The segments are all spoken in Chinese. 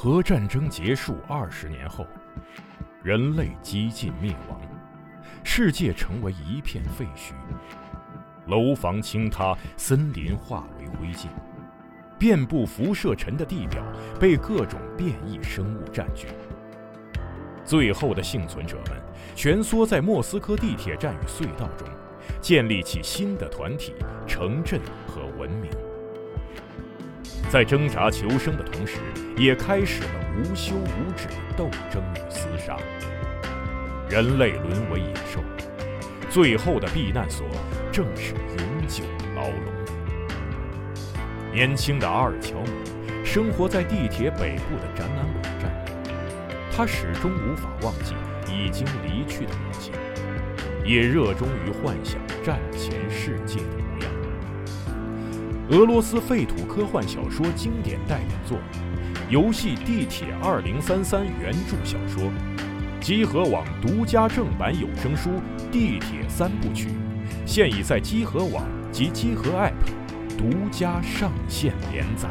核战争结束20年后，人类几近灭亡，世界成为一片废墟，楼房倾塌，森林化为灰烬，遍布辐射尘的地表被各种变异生物占据。最后的幸存者们蜷缩在莫斯科地铁站与隧道中，建立起新的团体、城镇和文明。在挣扎求生的同时，也开始了无休无止的斗争与厮杀。人类沦为野兽，最后的避难所正是永久牢笼。年轻的阿尔乔姆生活在地铁北部的展览网站，他始终无法忘记已经离去的母亲，也热衷于幻想战前世界的模样。俄罗斯废土科幻小说经典代表作，游戏《地铁2033》原著小说，集合网独家正版有声书《地铁3部曲》，现已在集合网及集合 App 独家上线连载。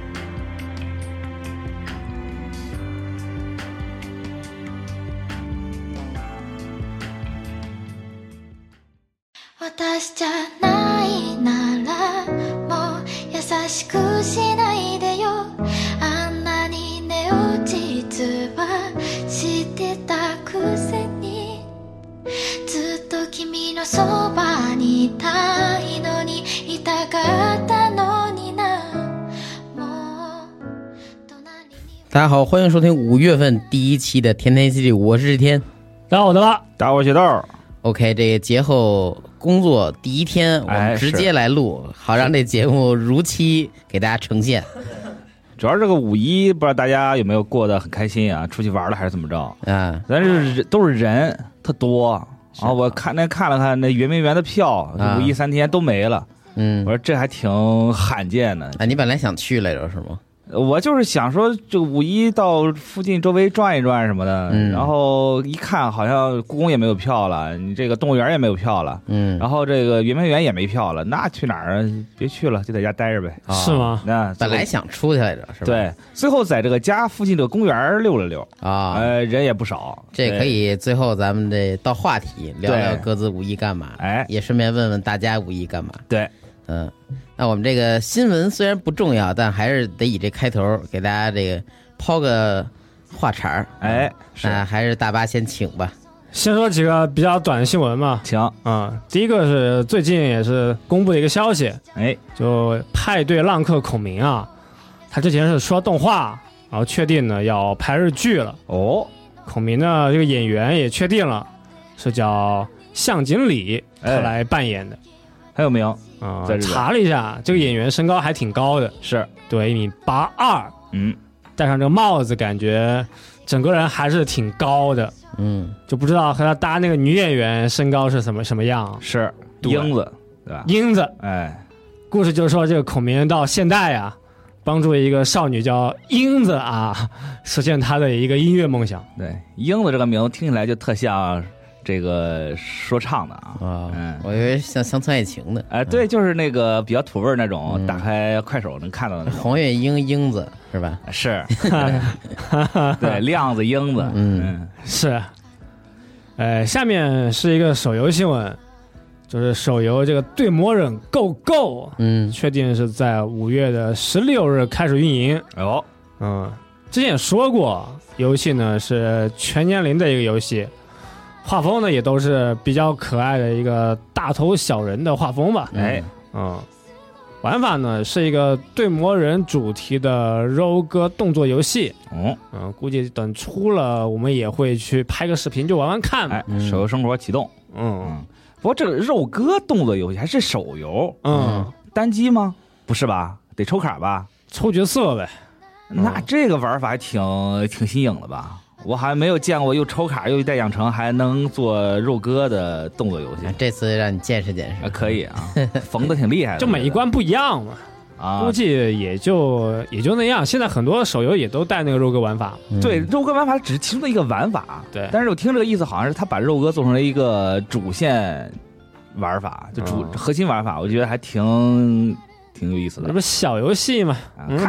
私じゃないならもう優しくしないでよあんなにね実はしてたくせにずっと君のそばにいたいのにいたかったのになもう隣に大家好，欢迎收听5月份第1期的天天 CD， 我是日天。 大家好，我的吧， 大家好，我雪豆。 OK， 这个节后工作第一天，我们直接来录，好让这节目如期给大家呈现。 主要这个5·1，不知道大家有没有过得很开心啊？出去玩了还是怎么着？ 啊， 咱是都是人，特多啊！我看了看那圆明园的票，5·1 3天都没了。我说这还挺罕见的。 啊，你本来想去来着是吗？ 我就是想说，这个5·1到附近周围转一转什么的，然后一看好像故宫也没有票了，你这个动物园也没有票了，然后这个圆明园也没票了，那去哪儿啊？别去了，就在家待着呗。 是吗？ 那本来想出去来着，是吧？ 对，最后在这个家附近这个公园溜了溜啊， 人也不少。 这可以最后咱们这到话题聊聊各自5·1干嘛，也顺便问问大家5·1干嘛。 对。 那我们这个新闻虽然不重要，但还是得以这开头给大家这个抛个话茬儿。那还是大巴先请吧。 先说几个比较短的新闻嘛。 请。 第一个是最近也是公布的一个消息，就派对浪客孔明啊，他之前是说动画，然后确定呢要拍日剧了。孔明呢这个演员也确定了，是叫向井理他来扮演的。 很有名查了一下，这个演员身高还挺高的， 是对1.82米，戴上这个帽子，感觉整个人还是挺高的，就不知道和他搭那个女演员身高是什么样。 是英子，对吧？ 英子，故事就是说这个孔明到现代啊，帮助一个少女叫英子啊，实现她的一个音乐梦想。 对，英子这个名字听起来就特像这个说唱的我以为像乡村爱情的。 对，就是那个比较土味那种，打开快手能看到的那种。 黄月英子是吧？ 是，对，亮子英子， 是。下面是一个手游新闻，就是手游这个对魔忍 Go， 确定是在5月16日开始运营。之前也说过，游戏呢是全年龄的一个游戏。画风呢也都是比较可爱的一个大头小人的画风吧。玩法呢是一个对魔人主题的肉鸽动作游戏。估计等出了我们也会去拍个视频就玩玩看吧。 手游生活启动。不过这个肉鸽动作游戏还是手游，单机吗？不是吧？得抽卡吧？ 抽角色呗。 那这个玩法还挺新颖的吧？我还没有见过又抽卡又带养成还能做肉鸽的动作游戏。 这次让你见识见识。 可以啊，缝的挺厉害的。 就每一关不一样嘛，估计也就那样。现在很多手游也都带那个肉鸽玩法。 对，肉鸽玩法只是其中的一个玩法。 对， 但是我听这个意思好像是他把肉鸽做成了一个主线玩法，就核心玩法，我觉得还挺有意思的。 这不是小游戏嘛， 看看。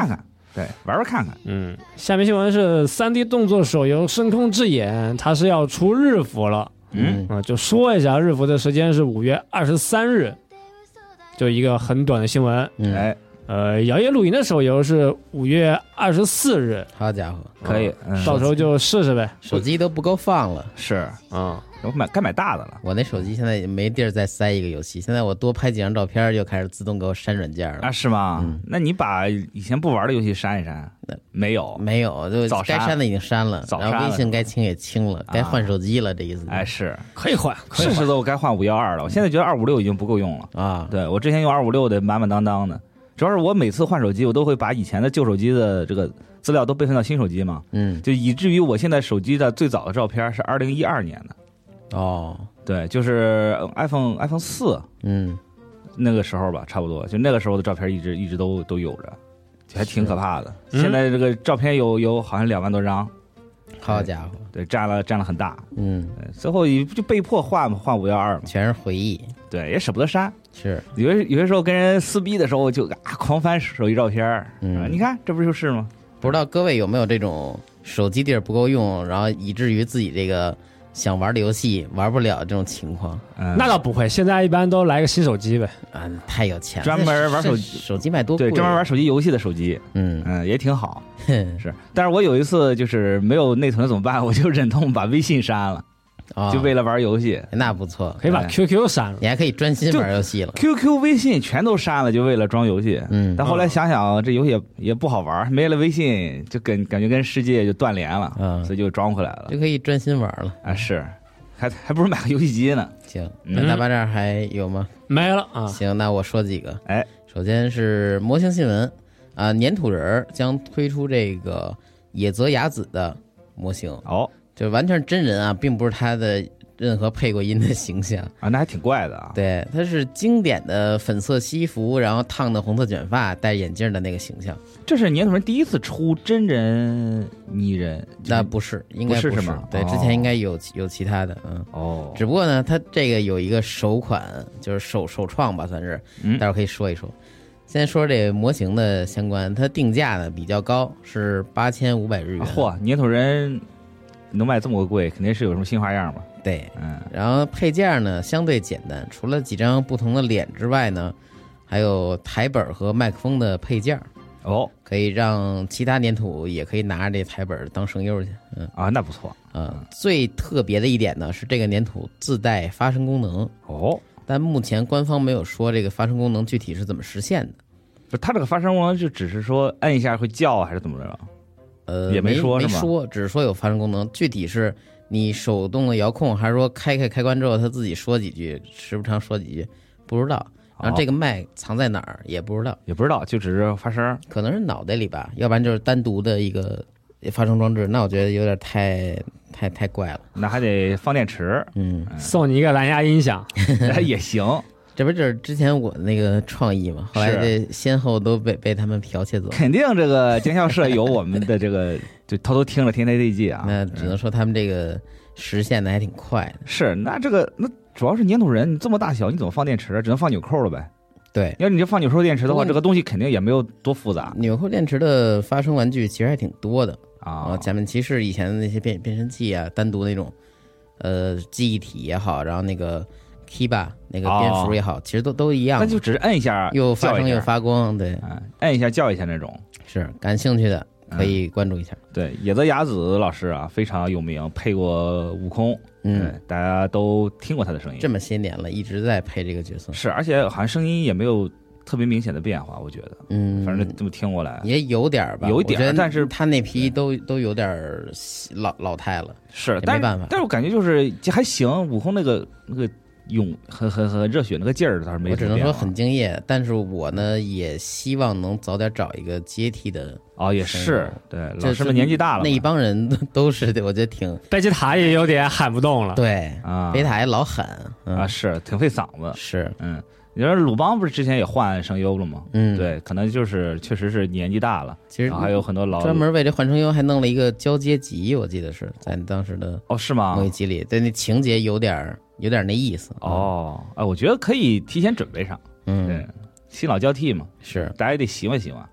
对，玩玩看看。 下面新闻是3D 动作手游《深空之眼》，它是要出日服了。就说一下，日服的时间是5月23日，就一个很短的新闻。摇曳露营的手游是5月24日。 好家伙， 可以， 到时候就试试呗。 手机都不够放了。 是我该买大的了。 我那手机现在也没地儿再塞一个游戏，现在我多拍几张照片就开始自动给我删软件了。 啊，是吗？那你把以前不玩的游戏删一删？没有， 就该删的已经删了，然后微信该清也清了，该换手机了，这意思。 是可以换， 是时候我该换512了。我现在觉得256已经不够用了啊。对，我之前用256的满满当当的。主要是我每次换手机，我都会把以前的旧手机的这个资料都备份到新手机嘛，就以至于我现在手机的最早的照片是2012年的。对，就是 iPhone 4，那个时候吧，差不多，就那个时候的照片一直都有着，还挺可怕的。现在这个照片有好像2万多张， 好家伙， 对，占了很大。最后就被迫换512嘛， 全是回忆。 对，也舍不得删。 是有些时候跟人撕逼的时候就狂翻手机照片，你看这不就是吗？ 不知道各位有没有这种手机地儿不够用，然后以至于自己这个想玩的游戏玩不了这种情况？ 那倒不会，现在一般都来个新手机呗。 太有钱了， 专门玩手机卖多贵？ 对，专门玩手机游戏的手机，也挺好。是，但是我有一次就是没有内存怎么办？我就忍痛把微信删了。就为了玩游戏， 那不错， 可以把 QQ 删了， 你还可以专心玩游戏了。 QQ、微信全都删了，就为了装游戏。但后来想想，这游戏也不好玩，没了微信就感觉跟世界就断联了，所以就装回来了， 就可以专心玩了。 是，还不如买个游戏机呢。 行，那大巴这儿还有吗？ 没了啊。 行，那我说几个。首先是模型新闻粘土人将推出这个野泽雅子的模型。就完全真人啊，并不是他的任何配过音的形象那还挺怪的啊。 对，他是经典的粉色西服，然后烫的红色卷发，戴眼镜的那个形象。 这是粘土人第一次出真人拟人？ 那不是，应该不是吗？ 对，之前应该有其他的，只不过呢，他这个有一个首款，就是首创吧，算是，待会儿可以说一说。先说这个模型的相关，它定价呢比较高，是8500日元。 嚯，粘土人能卖这么贵，肯定是有什么新花样吧？ 对，然后配件呢相对简单，除了几张不同的脸之外呢，还有台本和麦克风的配件。可以让其他粘土也可以拿着这台本当声优去。 那不错。 最特别的一点呢是这个粘土自带发声功能。但目前官方没有说这个发声功能具体是怎么实现的。 不是，它这个发声功能就只是说按一下会叫还是怎么着？也没说， 只是说有发声功能，具体是你手动的遥控，还是说开关之后它自己说几句，时不常说几句，不知道。然后这个麦藏在哪儿也不知道， 就只是发声， 可能是脑袋里吧，要不然就是单独的一个发声装置。那我觉得有点太怪了， 那还得放电池。 送你一个蓝牙音响也行。 这不就是之前我那个创意嘛？后来这先后都被他们剽窃走。 肯定这个经销社有我们的这个，就偷偷听了天地记啊。 那只能说他们这个实现的还挺快的。 是，那主要是粘土人，你这么大小，你怎么放电池？只能放纽扣了呗。 对， 要是你就放纽扣电池的话，这个东西肯定也没有多复杂。 纽扣电池的发声玩具其实还挺多的假面骑士以前的那些变身器啊，单独那种记忆体也好，然后那个 Kiba 那个蝙蝠也好，其实都一样。 那就只是摁一下， 又发声又发光，对， 摁一下叫一下那种。 是，感兴趣的可以关注一下。 对，野泽雅子老师啊，非常有名，配过悟空，大家都听过他的声音。 这么些年了，一直在配这个角色。 是，而且好像声音也没有特别明显的变化，我觉得。反正这么听过来也有点吧， 有点，但是他那批都有点老态了。 是， 没办法。 但是我感觉就是还行，悟空那个很热血那个劲儿倒是没什么变化。我只能说很敬业，但是我呢也希望能早点找一个接替的。 也是，对，老师们年纪大了， 那一帮人都是，我觉得挺。 贝吉塔也有点喊不动了。 对贝塔也老喊是挺费嗓子。 是， 你说鲁邦不是之前也换声优了吗？对，可能就是确实是年纪大了。 其实还有很多专门为这换声优还弄了一个交接集，我记得是在当时的是吗？ 某一集里，对，那情节有点那意思。 我觉得可以提前准备上。对，新老交替嘛， 是， 大家也得习惯习惯。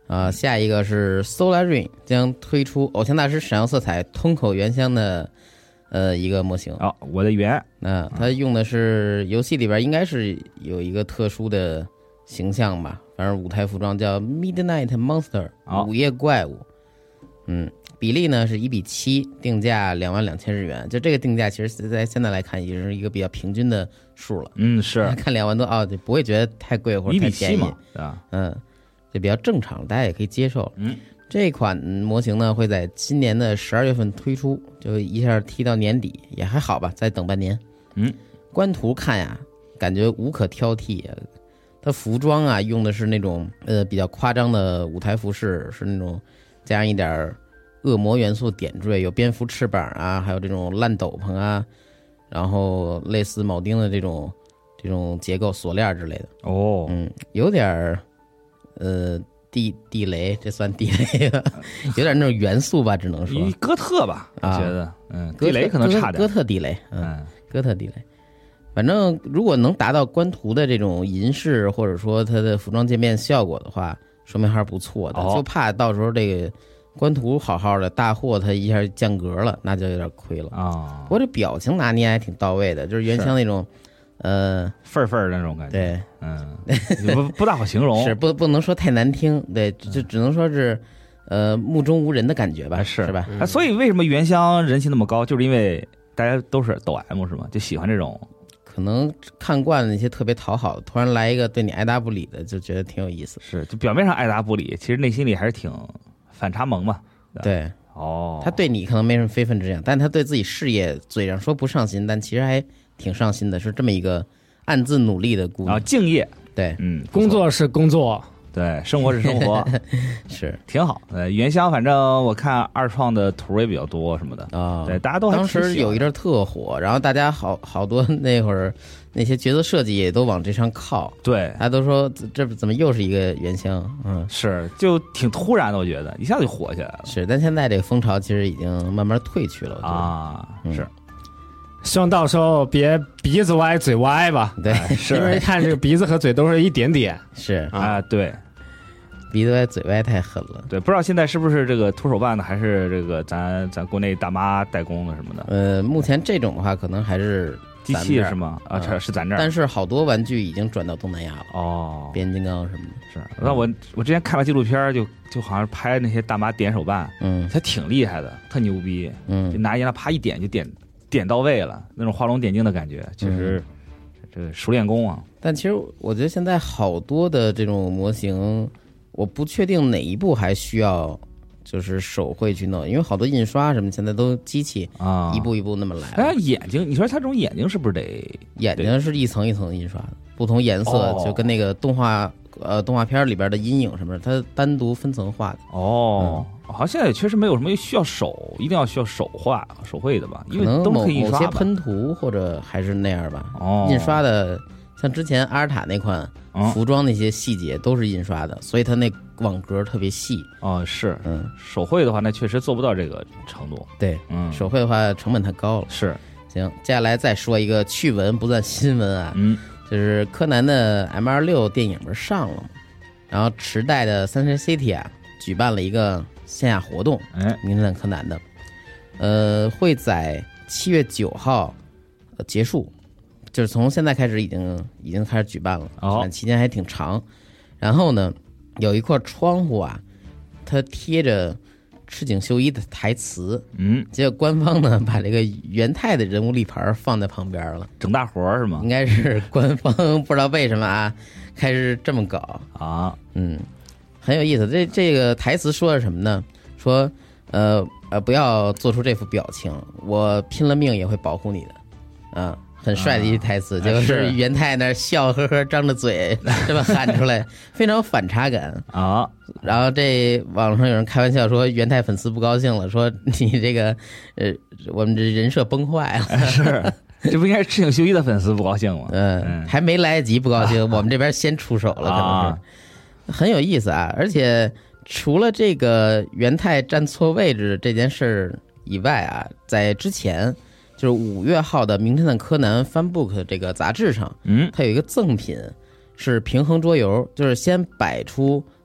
下一个是 Solar Rain 将推出偶像大师闪耀色彩通口原香的一个模型。 我的圆。 它用的是游戏里边应该是有一个特殊的形象吧，反正舞台服装叫 Midnight Monster 午夜怪物。比例呢是1:7，定价22,000日元。就这个定价，其实在现在来看，已经是一个比较平均的数了。 是看2万多就不会觉得太贵或者太便宜嘛， 就比较正常，大家也可以接受。这款模型呢会在今年的12月份推出，就一下踢到年底，也还好吧，再等半年。官图看呀，感觉无可挑剔。它服装啊用的是那种比较夸张的舞台服饰，是那种加上一点恶魔元素点缀，有蝙蝠翅膀啊，还有这种烂斗篷啊，然后类似铆钉的这种结构锁链之类的。有点地雷，这算地雷吧？有点那种元素吧，只能说哥特吧，我觉得地雷可能差点。 哥特地雷，哥特地雷。反正如果能达到官图的这种银饰，或者说它的服装渐变效果的话，说明还是不错的。就怕到时候这个官图好好的，大货它一下降格了，那就有点亏了不过这表情拿捏还挺到位的，就是原香那种份儿那种感觉。 对， 不大好形容， 是不能说太难听，对，就只能说是目中无人的感觉吧，是吧？ 所以为什么原香人气那么高，就是因为大家都是抖 M 是吗？就喜欢这种。 可能看惯了那些特别讨好的，突然来一个对你爱答不理的，就觉得挺有意思。 是，就表面上爱答不理，其实内心里还是挺反差萌嘛。 对，他对你可能没什么非分之想，但他对自己事业嘴上说不上心，但其实还挺上心的，是这么一个暗自努力的姑娘。 敬业。 对， 工作是工作。 对，生活是生活， 是挺好。原香反正我看二创的图也比较多什么的对，大家都还当时有一阵特火，然后大家好多那会儿那些角色设计也都往这上靠。 对， 大家都说这怎么又是一个原香？ 是，就挺突然的，我觉得一下就火起来了。 是，但现在这个风潮其实已经慢慢退去了。 是。 希望到时候别鼻子歪嘴歪吧。 对， 因为看这个鼻子和嘴都是一点点。 是对。 鼻子歪嘴歪太狠了。 对，不知道现在是不是这个徒手办的，还是这个咱国内大妈代工的什么的。 目前这种的话，可能还是机器是吗？是咱这儿。 但是好多玩具已经转到东南亚了。变形金刚什么的。 是。那我之前看了纪录片，就好像拍那些大妈点手办，它挺厉害的，特牛逼。就拿烟了啪一点就点到位了，那种画龙点睛的感觉，其实这个熟练工啊。 但其实我觉得现在好多的这种模型。我不确定哪一步还需要就是手绘去弄，因为好多印刷什么现在都机器一步一步那么来。 眼睛，你说它这种眼睛是不是得？ 眼睛是一层一层印刷的，不同颜色，就跟那个动画片里边的阴影什么的，它单独分层画的。 好像现在也确实没有什么需要一定要需要手画手绘的吧？因为都可以印刷。 某些喷涂或者还是那样吧。印刷的。像之前阿尔塔那款服装那些细节都是印刷的，所以它那网格特别细。 是，手绘的话那确实做不到这个程度。 对，手绘的话成本太高了。 是， 行，接下来再说一个趣闻，不算新闻啊。就是柯南的 M26 电影不是上了吗？然后池袋的 Sunset City 举办了一个线下活动，名侦探柯南的，会在7月9号结束。就是从现在开始已经开始举办了，期间还挺长。然后呢，有一块窗户它贴着赤井秀一的台词，结果官方呢把这个元太的人物立牌放在旁边了， 整大活是吗？ 应该是官方不知道为什么开始这么搞很有意思。这个台词说的什么呢？说不要做出这副表情，我拼了命也会保护你的很帅的一句台词，就是元太那笑呵呵张着嘴这么喊出来，非常有反差感然后这网上有人开玩笑说元太粉丝不高兴了，说你这个我们这人设崩坏了。 是，这不应该是赤井秀一的粉丝不高兴吗？ 还没来得及不高兴，我们这边先出手了，可能是很有意思而且除了这个元太站错位置这件事以外在之前。就是5月号的《名侦探柯南》Funbook 这个杂志上，它有一个赠品是平衡桌游，就是先摆出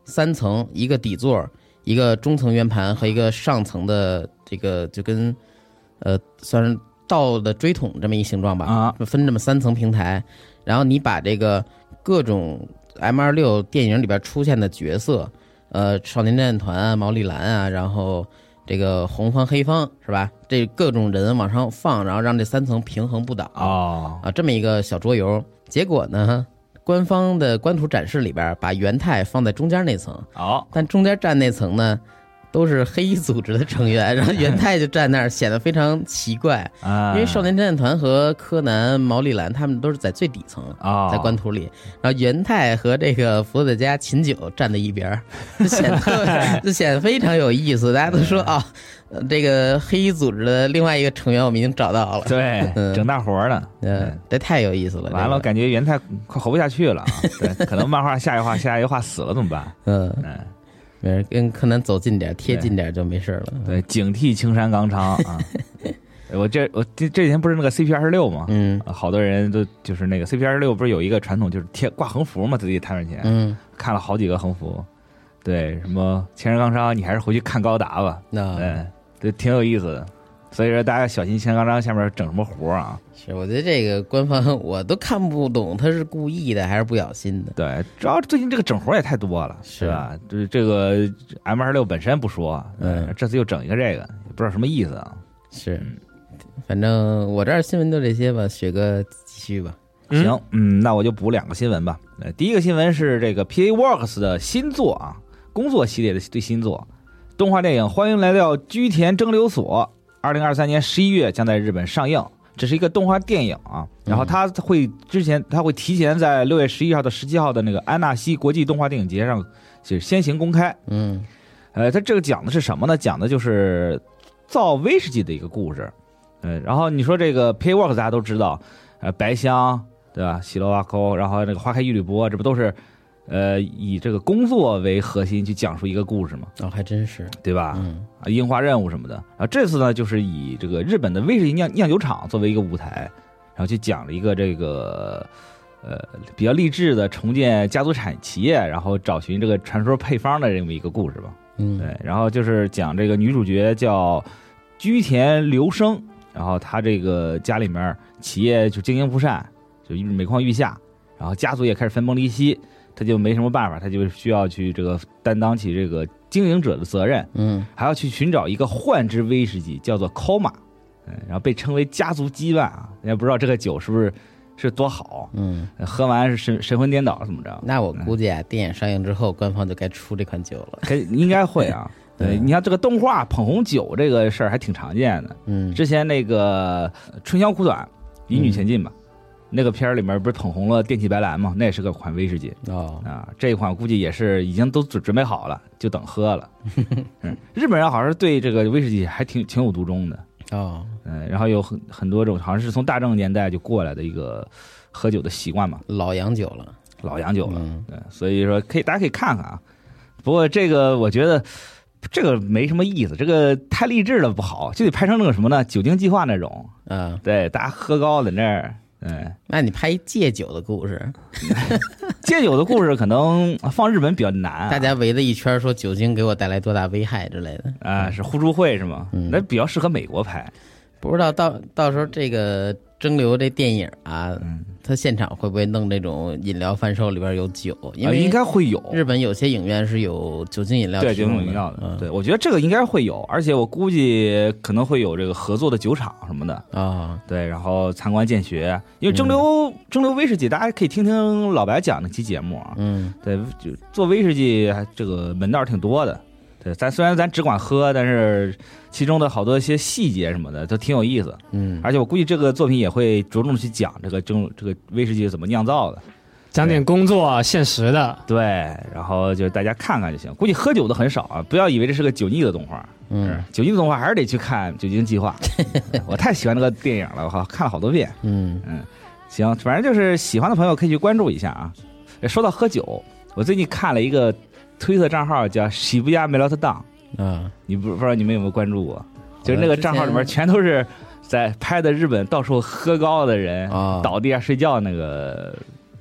3层，一个底座，一个中层圆盘和一个上层的这个就跟算是道的锥筒这么一形状吧，分这么3层平台，然后你把这个各种 M26 电影里边出现的角色，少年战团啊、毛利兰啊，然后这个红方黑方是吧？这各种人往上放，然后让这3层平衡不倒这么一个小桌游。结果呢，官方的官图展示里边把元太放在中间那层，但中间站那层呢都是黑衣组织的成员，然后元太就站那儿显得非常奇怪因为少年战团和柯南、毛利兰他们都是在最底层在官图里，然后元太和这个伏特加秦九站在一边，就显得非常有意思。大家都说这个黑衣组织的另外一个成员我们已经找到了， 对，整大活了， 这太有意思了。 完了，感觉元太快活不下去了对，可能漫画下一话死了怎么办？ 跟柯南走近点贴近点就没事了。 对，警惕青山刚昌我这几天不是那个 CP26 吗？好多人都就是那个 CP26 不是有一个传统就是挂横幅嘛，自己摊上前看了好几个横幅，对，什么青山刚昌你还是回去看高达吧，对，挺有意思的。所以说大家小心青山刚昌下面整什么活啊。 是，我觉得这个官方我都看不懂他是故意的还是不小心的。 对，主要最近这个整活也太多了，是吧？就是这个 M26 本身不说，这次又整一个这个，也不知道什么意思啊。 是，反正我这儿新闻就这些吧，雪哥继续吧。 行，那我就补2个新闻吧。第一个新闻是这个 PA Works 的新作啊，工作系列的最新作，动画电影《欢迎来到居田蒸馏所》，2023年11月将在日本上映。这是一个动画电影啊，然后它会提前在6月11号到17号的那个安纳西国际动画电影节上就是先行公开。它这个讲的是什么呢？讲的就是造威士忌的一个故事。然后你说这个 PA Works 大家都知道，白香对吧？喜罗瓦沟，然后那个花开一缕波，这不都是以这个工作为核心去讲述一个故事嘛？ 还真是， 对吧？樱花任务什么的。然后这次呢，就是以这个日本的威士忌酿酒厂作为一个舞台，然后去讲了一个这个比较励志的重建家族产企业，然后找寻这个传说配方的这么一个故事吧。对。然后就是讲这个女主角叫居田流生，然后她这个家里面企业就经营不善，就每况愈下，然后家族也开始分崩离析。他就没什么办法，他就需要去这个担当起这个经营者的责任，还要去寻找一个幻之威士忌，叫做 Koma，然后被称为家族羁绊啊，人家不知道这个酒是不是多好，喝完是神魂颠倒怎么着？ 那我估计电影上映之后，官方就该出这款酒了， 应该会啊。对，你看这个动画捧红酒这个事儿还挺常见的，之前那个春宵苦短，乙女前进吧。那个片儿里面不是捧红了电气白兰吗？那也是个款威士忌这一款估计也是已经都准备好了，就等喝了。日本人好像是对这个威士忌还挺有独钟的然后有很多种，好像是从大正年代就过来的一个喝酒的习惯嘛， 老洋酒了。 对，所以说大家可以看看啊。不过这个我觉得这个没什么意思，这个太励志了不好，就得拍成那种什么呢？酒精计划那种对，大家喝高在那儿。 那你拍一戒酒的故事， 戒酒的故事可能放日本比较难大家围着一圈说酒精给我带来多大危害之类的是互助会是吗？那比较适合美国拍。 不知道到时候这个蒸馏这电影啊，他现场会不会弄这种饮料贩售里边有酒？因为应该会有， 日本有些影院是有酒精饮料对酒精饮料的。对，我觉得这个应该会有，而且我估计可能会有这个合作的酒厂什么的对，然后参观见学。因为蒸馏威士忌，大家可以听听老白讲那期节目啊。对，就做威士忌这个门道挺多的。对，虽然咱只管喝，但是其中的好多一些细节什么的都挺有意思。而且我估计这个作品也会着重去讲这个威士忌怎么酿造的， 讲点工作现实的。 对，然后就大家看看就行。估计喝酒的很少啊，不要以为这是个酒腻的动画。酒腻的动画还是得去看《酒精计划》。我太喜欢这个电影了，我看了好多遍。行，反正就是喜欢的朋友可以去关注一下啊。说到喝酒，我最近看了一个推特账号叫喜不亚梅洛特档你不知道你们有没有关注过？就是那个账号里面全都是在拍的日本到处喝高的人倒地下睡觉那个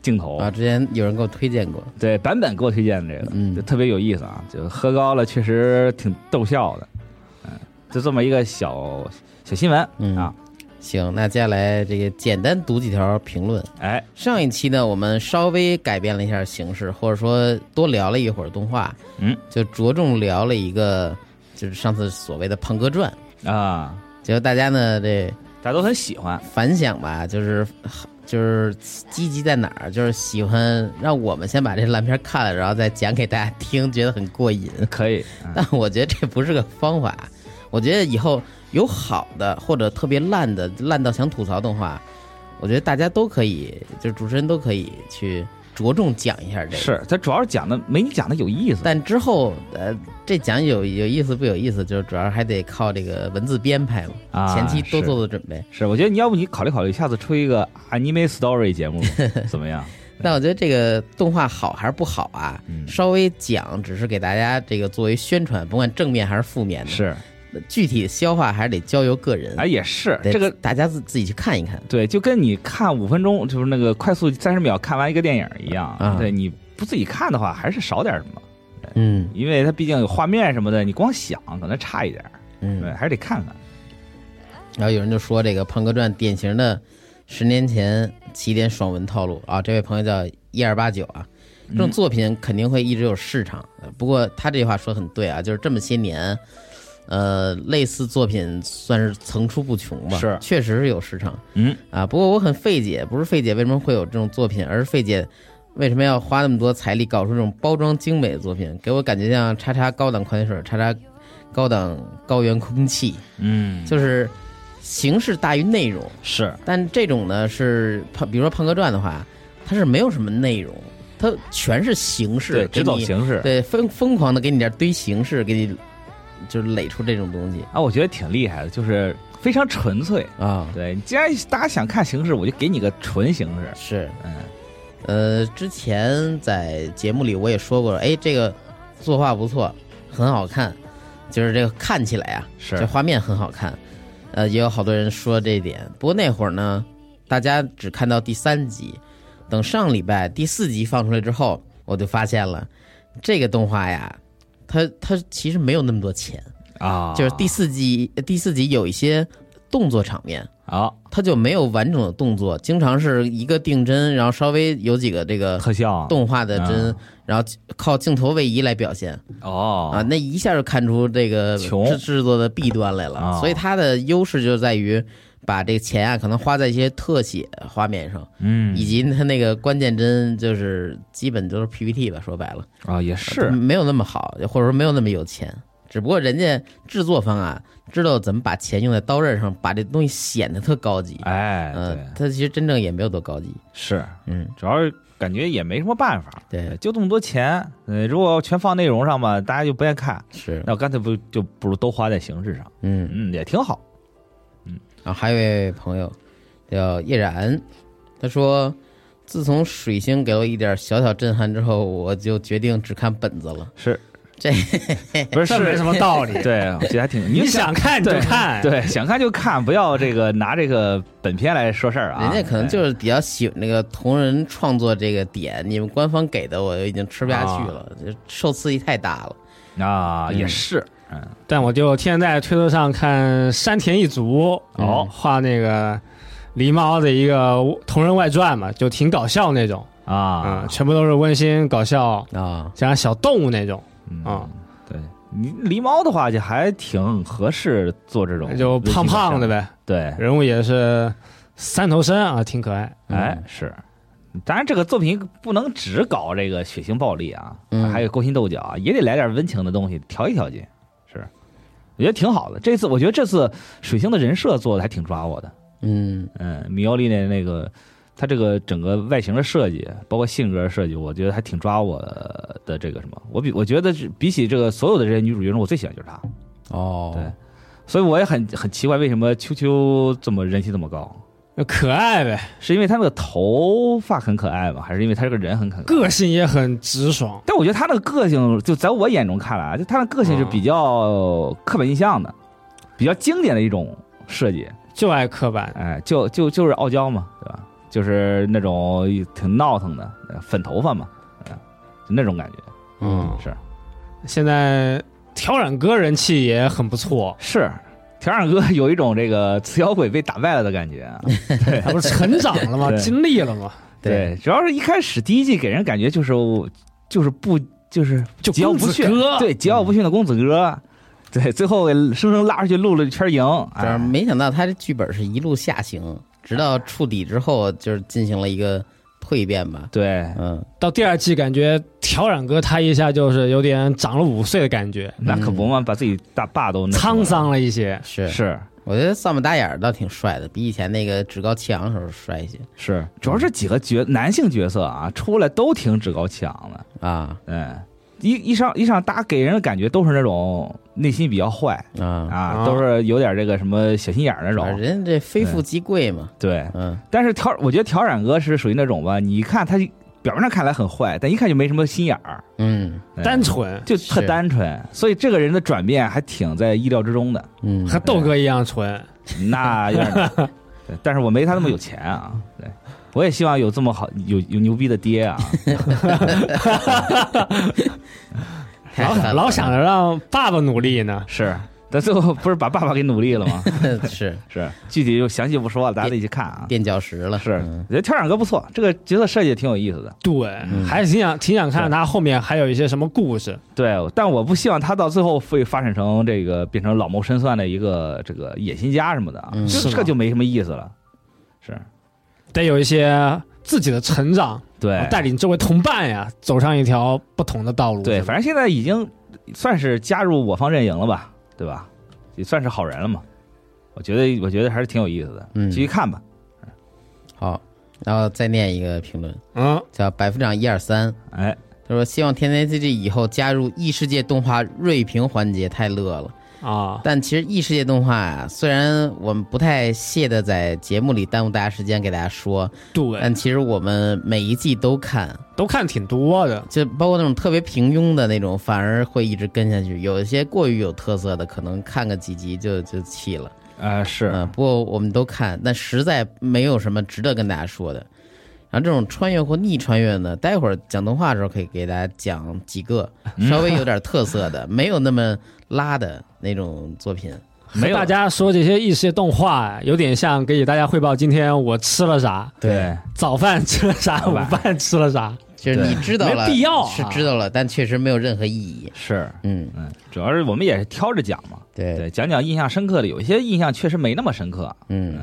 镜头啊，之前有人给我推荐过， 对，版本给我推荐这个，就特别有意思啊，就喝高了确实挺逗笑的，就这么一个小新闻啊。 行，那接下来这个简单读几条评论。上一期呢，我们稍微改变了一下形式，或者说多聊了一会儿动画，就着重聊了一个，就是上次所谓的胖哥传啊。结果大家呢， 大家都很喜欢， 反响吧，就是积极在哪儿，就是喜欢让我们先把这烂片看了，然后再讲给大家听，觉得很过瘾。 可以， 但我觉得这不是个方法。我觉得以后有好的或者特别烂到想吐槽动画，我觉得大家都可以，就是主持人都可以去着重讲一下这个。 是，他主要是讲的没你讲的有意思。 但之后这讲有意思不有意思，就是主要还得靠这个文字编排嘛，前期多做做准备。 是，我觉得要不你考虑，下次出一个 anime story 节目怎么样？ 但我觉得这个动画好还是不好啊？稍微讲只是给大家这个作为宣传，甭管正面还是负面的。 是。 具体消化还是得交由个人也是这个大家自己去看一看。 对，就跟你看5分钟，就是那个快速30秒看完一个电影一样。对，你不自己看的话，还是少点什么。因为它毕竟有画面什么的，你光想可能差一点。对，还是得看看。 然后有人就说这个《胖哥传》典型的10年前起点爽文套路啊，这位朋友叫1289啊，这种作品肯定会一直有市场。不过他这句话说得很对啊，就是这么些年。类似作品算是层出不穷吧， 是， 确实是有市场。不过我很费解，不是费解为什么会有这种作品，而是费解为什么要花那么多财力搞出这种包装精美的作品，给我感觉像叉叉高档矿泉水，叉叉高档高原空气。就是形式大于内容。 是， 但这种呢是比如说《胖哥传》的话，它是没有什么内容，它全是形式， 对，只走形式， 对，疯狂的给你点堆形式，给你。就是垒出这种东西啊，我觉得挺厉害的，就是非常纯粹啊。 对，既然大家想看形式，我就给你个纯形式。 是，之前在节目里我也说过，这个作画不错，很好看，就是这个看起来啊， 是这画面很好看。也有好多人说这一点，不过那会儿呢，大家只看到第3集，等上礼拜第4集放出来之后，我就发现了这个动画呀。他其实没有那么多钱啊， 就是第四集有一些动作场面啊， 他就没有完整的动作，经常是一个定帧，然后稍微有几个这个特效动画的帧，然后靠镜头位移来表现。那一下就看出这个制作的弊端来了。所以它的优势就在于把这个钱啊可能花在一些特写画面上，以及它那个关键帧就是基本都是 PPT 吧，说白了也是没有那么好，或者说没有那么有钱。只不过人家制作方啊知道怎么把钱用在刀刃上，把这东西显得特高级。它其实真正也没有多高级。 是，主要是感觉也没什么办法。 对， 就这么多钱，如果全放内容上吧，大家就不愿看。 是， 那我干脆不如都花在形式上。也挺好。 然后还有一位朋友叫叶然，他说自从水星给了我一点小小震撼之后，我就决定只看本子了。 是， 这不是没什么道理。 对，我觉得还挺， 你想看就看， 对，想看就看，不要这个拿这个本片来说事儿啊。 人家可能就是比较喜欢那个同人创作这个点，你们官方给的我已经吃不下去了，受刺激太大了。 也是。 但我就天天在推特上看山田一族画那个狸猫的一个同人外传嘛，就挺搞笑那种全部都是温馨搞笑像小动物那种对，你狸猫的话就还挺合适做这种， 就胖胖的呗。 对， 人物也是3头身挺可爱。 是。当然，这个作品不能只搞这个血腥暴力还有勾心斗角也得来点温情的东西调一调节。是，我觉得挺好的。我觉得这次水星的人设做的还挺抓我的。米奥利那个他这个整个外形的设计，包括性格设计，我觉得还挺抓我的这个什么。我觉得比起这个所有的这些女主角中，我最喜欢就是她。对，所以我也很奇怪，为什么秋秋这么人气这么高？ 可爱呗， 是因为他那个头发很可爱吗？还是因为他这个人很可爱？ 个性也很直爽。 但我觉得他那个个性，就在我眼中看来，就他的个性是比较刻板印象的，比较经典的一种设计。 就爱刻板， 就是傲娇嘛，对吧？ 就是那种挺闹腾的粉头发嘛，就那种感觉。是。 现在挑染哥人气也很不错， 是挑染哥有一种这个雌小鬼被打败了的感觉啊， 他不是成长了吗？经历了吗？ 对，主要是一开始第一季给人感觉就是桀骜不驯，对，桀骜不驯的公子哥。对，最后给生生拉出去录了一圈赢， 没想到他这剧本是一路下行，直到触底之后，就是进行了一个蜕变吧。 对， 到第2季感觉挑染哥他一下就是有点长了5岁的感觉， 那可不嘛，把自己大爸都沧桑了一些。 是， 我觉得扫把大眼倒挺帅的，比以前那个趾高气扬的时候帅一些。 是，主要是几个男性角色啊，出来都挺趾高气扬的啊， 一上大家给人的感觉都是那种内心比较坏都是有点这个什么小心眼那种。 人这非富即贵嘛。 对，但是我觉得挑染哥是属于那种吧，你一看他表面上看来很坏，但一看就没什么心眼儿， 单纯， 就特单纯，所以这个人的转变还挺在意料之中的。 和豆哥一样纯， 那有点对，但是我没他那么有钱啊。对。我也希望有这么好有牛逼的爹啊！ 老想着让爸爸努力呢， 是，但最后不是把爸爸给努力了吗？ 是， 具体就详细不说了，大家自己去看啊。 垫脚石了， 是，我觉得挑染哥不错，这个角色设计也挺有意思的。 对，还是挺想看他后面还有一些什么故事。 对，但我不希望他到最后会发展成这个变成老谋深算的一个这个野心家什么的啊，这就没什么意思了。是。 得有一些自己的成长， 对， 带领周围同伴呀走上一条不同的道路。 对，反正现在已经算是加入我方阵营了吧，对吧？也算是好人了嘛。我觉得还是挺有意思的，继续看吧。 好，然后再念一个评论，叫百夫长123， 他说希望天天 CG 以后加入异世界动画锐评环节，太乐了。但其实异世界动画啊，虽然我们不太屑的在节目里耽误大家时间给大家说， 对， 但其实我们每一季都看挺多的， 就包括那种特别平庸的那种，反而会一直跟下去。有一些过于有特色的，可能看个几集就弃了。 是， 不过我们都看，但实在没有什么值得跟大家说的。然后这种穿越或逆穿越呢，待会儿讲动画的时候可以给大家讲几个稍微有点特色的，没有那么拉的那种作品。 没有，大家说这些异世界动画有点像给大家汇报今天我吃了啥， 对， 早饭吃了啥，午饭吃了啥， 就是你知道了， 没必要是知道了，但确实没有任何意义。 是，主要是我们也是挑着讲嘛， 对， 讲讲印象深刻的，有一些印象确实没那么深刻，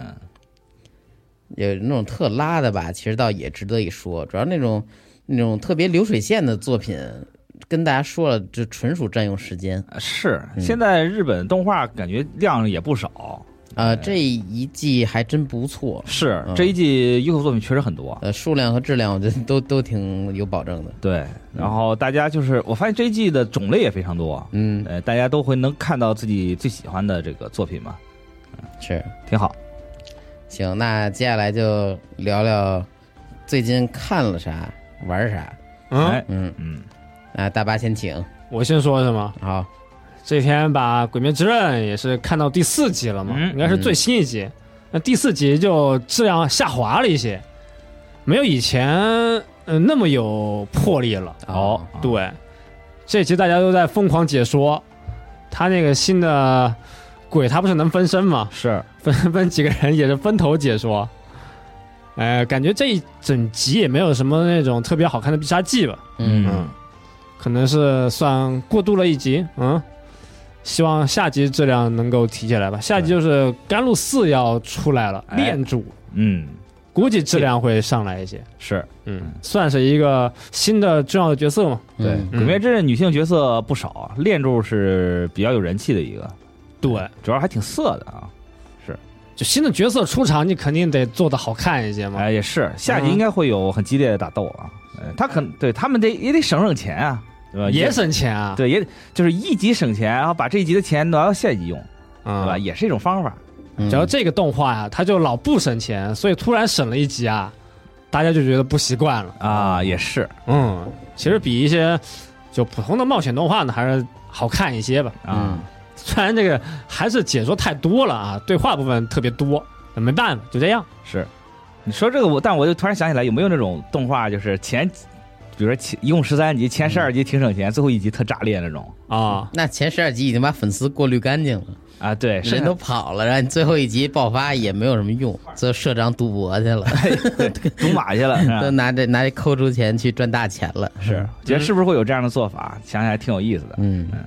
有那种特拉的吧，其实倒也值得一说。主要那种特别流水线的作品，跟大家说了，就纯属占用时间。 是，现在日本动画感觉量也不少这一季还真不错。 是，这一季优秀作品确实很多， 数量和质量我觉得都挺有保证的。 对，然后大家就是我发现这一季的种类也非常多，大家都会能看到自己最喜欢的这个作品嘛， 是挺好。 行，那接下来就聊聊最近看了啥，玩啥。大巴先请， 我先说是吗？ 好， 这天把《鬼灭之刃》也是看到第4集了嘛，应该是最新一集。那第4集就质量下滑了一些，没有以前那么有魄力了。对，这集大家都在疯狂解说，他那个新的鬼他不是能分身吗？ 是分几个人也是分头解说。感觉这一整集也没有什么那种特别好看的必杀技吧。可能是算过渡了一集。希望下集质量能够提起来吧。下集就是甘露寺要出来了，炼柱。估计质量会上来一些。 是， 算是一个新的重要的角色嘛。 对，鬼灭之刃女性角色不少，炼柱是比较有人气的一个。 对， 主要还挺色的啊。是， 就新的角色出场，你肯定得做的好看一些嘛。 也是，下集应该会有很激烈的打斗啊。他对他们也得省钱啊，对吧？ 也省钱啊。 对，也就是一集省钱，然后把这一集的钱拿到下一集用，对吧？也是一种方法。 只要这个动画呀，它就老不省钱，所以突然省了一集啊，大家就觉得不习惯了啊。也是， 其实比一些就普通的冒险动画呢，还是好看一些吧。虽然这个还是解说太多了啊，对话部分特别多，没办法，就这样。 是， 你说这个但我就突然想起来，有没有那种动画，就是比如说一共13集，前12集挺省钱，最后一集特炸裂那种啊？ 那前12集已经把粉丝过滤干净了啊，对， 人都跑了，然后你最后一集爆发也没有什么用，最后社长赌博去了， 赌马去了， 都拿这抠出钱去赚大钱了。 是，觉得是不是会有这样的做法？想想还挺有意思的。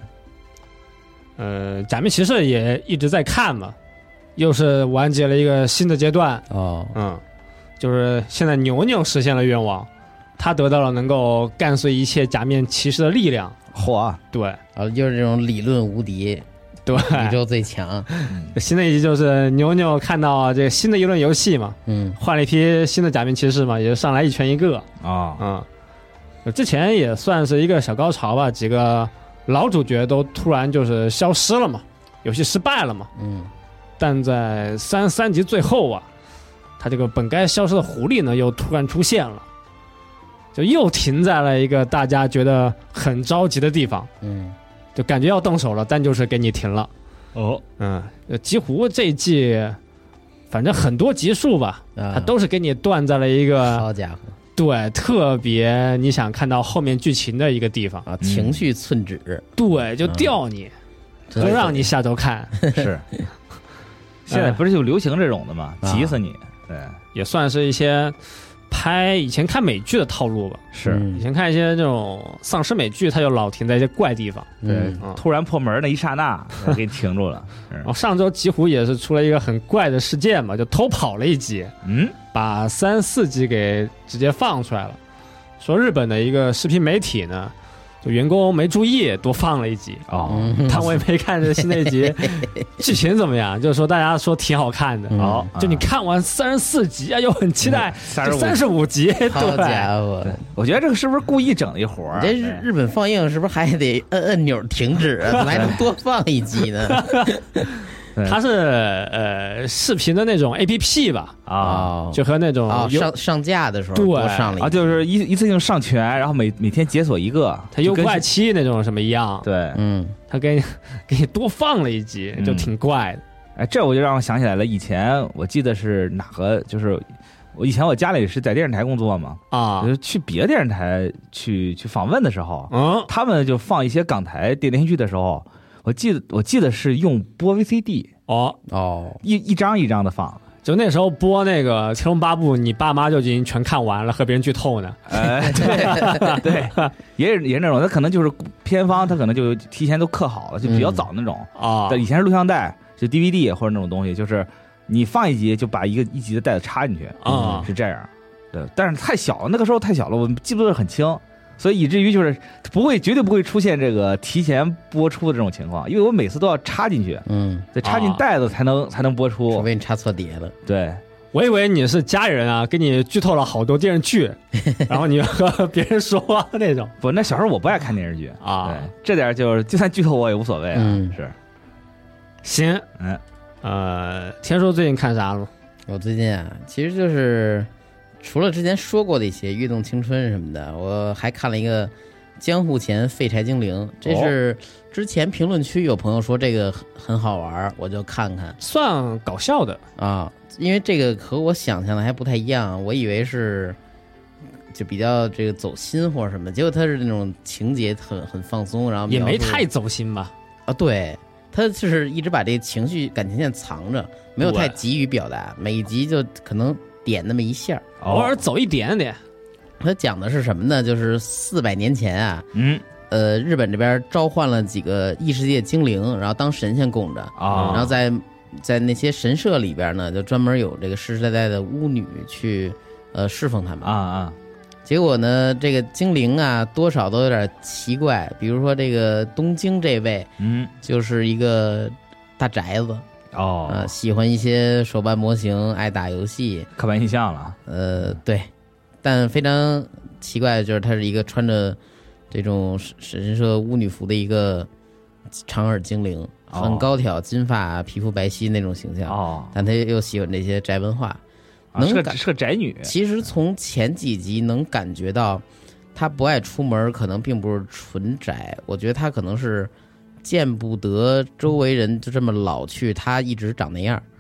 假面骑士也一直在看嘛，又是完结了一个新的阶段就是现在牛牛实现了愿望，他得到了能够干碎一切假面骑士的力量。 嚯， 对， 就是这种理论无敌， 对， 宇宙最强。 新的一集就是牛牛看到这个新的一轮游戏嘛，换了一批新的假面骑士嘛，也就上来一拳一个之前也算是一个小高潮吧，几个老主角都突然就是消失了嘛，游戏失败了嘛，但在33集最后啊，他这个本该消失的狐狸呢，又突然出现了，就又停在了一个大家觉得很着急的地方，就感觉要动手了，但就是给你停了。极狐这一季，反正很多集数吧，它都是给你断在了一个， 好家伙， 对，特别你想看到后面剧情的一个地方情绪寸止， 对，就吊你，就让你下周看。 是，现在不是就流行这种的吗？急死你，对， 也算是一些。以前看美剧的套路吧， 是以前看一些这种丧尸美剧，它就老停在一些怪地方， 对，突然破门那一刹那给你停住了。 然后上周极狐也是出了一个很怪的事件嘛，就偷跑了一集，把3、4集给直接放出来了，说日本的一个视频媒体呢，就员工没注意多放了一集但我也没看这新的一集剧情怎么样，就是说大家说挺好看的就你看完34集又很期待35集， 好家伙， 我觉得这个是不是故意整的一活儿？ 这日本放映是不是还得按钮停止怎么还能多放一集呢？ 它是视频的那种 APP 吧就和那种上架的时候多上了就是一次性上全，然后每天解锁一个， 它优怪期那种什么一样， 对， 它给你多放了一集，就挺怪的。 这我就让我想起来了，以前我记得是哪个，就是以前我家里是在电视台工作嘛就去别的电视台去访问的时候他们就放一些港台电视剧的时候。我记得是用播 VCD 一张一张的放， 就那时候播那个《天龙八部》，你爸妈就已经全看完了，和别人剧透呢。 对，也是那种，他可能就是片方，他可能就提前都刻好了，就比较早那种以前是录像带，就 DVD 或者那种东西，就是你放一集就把一集的带子插进去是这样。对，但是太小了，那个时候太小了，我记不得很清。所以以至于就是绝对不会出现这个提前播出的这种情况，因为我每次都要插进去，得插进袋子才能播出， 除非你插错碟了。 对， 我以为你是家人啊，给你剧透了好多电视剧，然后你和别人说那种。 不，那小时候我不爱看电视剧对，这点就算剧透我也无所谓是。 行，天叔最近看啥了？ 我最近其实就是除了之前说过的一些《跃动青春》什么的，我还看了一个《江户前废柴精灵》，这是之前评论区有朋友说这个很好玩，我就看看。 算搞笑的因为这个和我想象的还不太一样，我以为是就比较这个走心或者什么，结果它是那种情节很放松，然后也没太走心吧？ 对，他就是一直把这个情绪感情线藏着，没有太急于表达，每一集就可能点那么一下， 偶尔走一点点。 他讲的是什么呢？就是400年前日本这边召唤了几个异世界精灵，然后当神仙供着然后在那些神社里边呢，就专门有这个世世代代的巫女去侍奉他们结果呢，这个精灵多少都有点奇怪，比如说这个东京这位就是一个大宅子喜欢一些手办模型，爱打游戏， 刻板印象了对，但非常奇怪的就是他是一个穿着这种神社巫女服的一个长耳精灵，很高挑，金发，皮肤白皙那种形象但他又喜欢这些宅文化是个宅女。 其实从前几集能感觉到他不爱出门，可能并不是纯宅，我觉得他可能是见不得周围人就这么老去，他一直长那样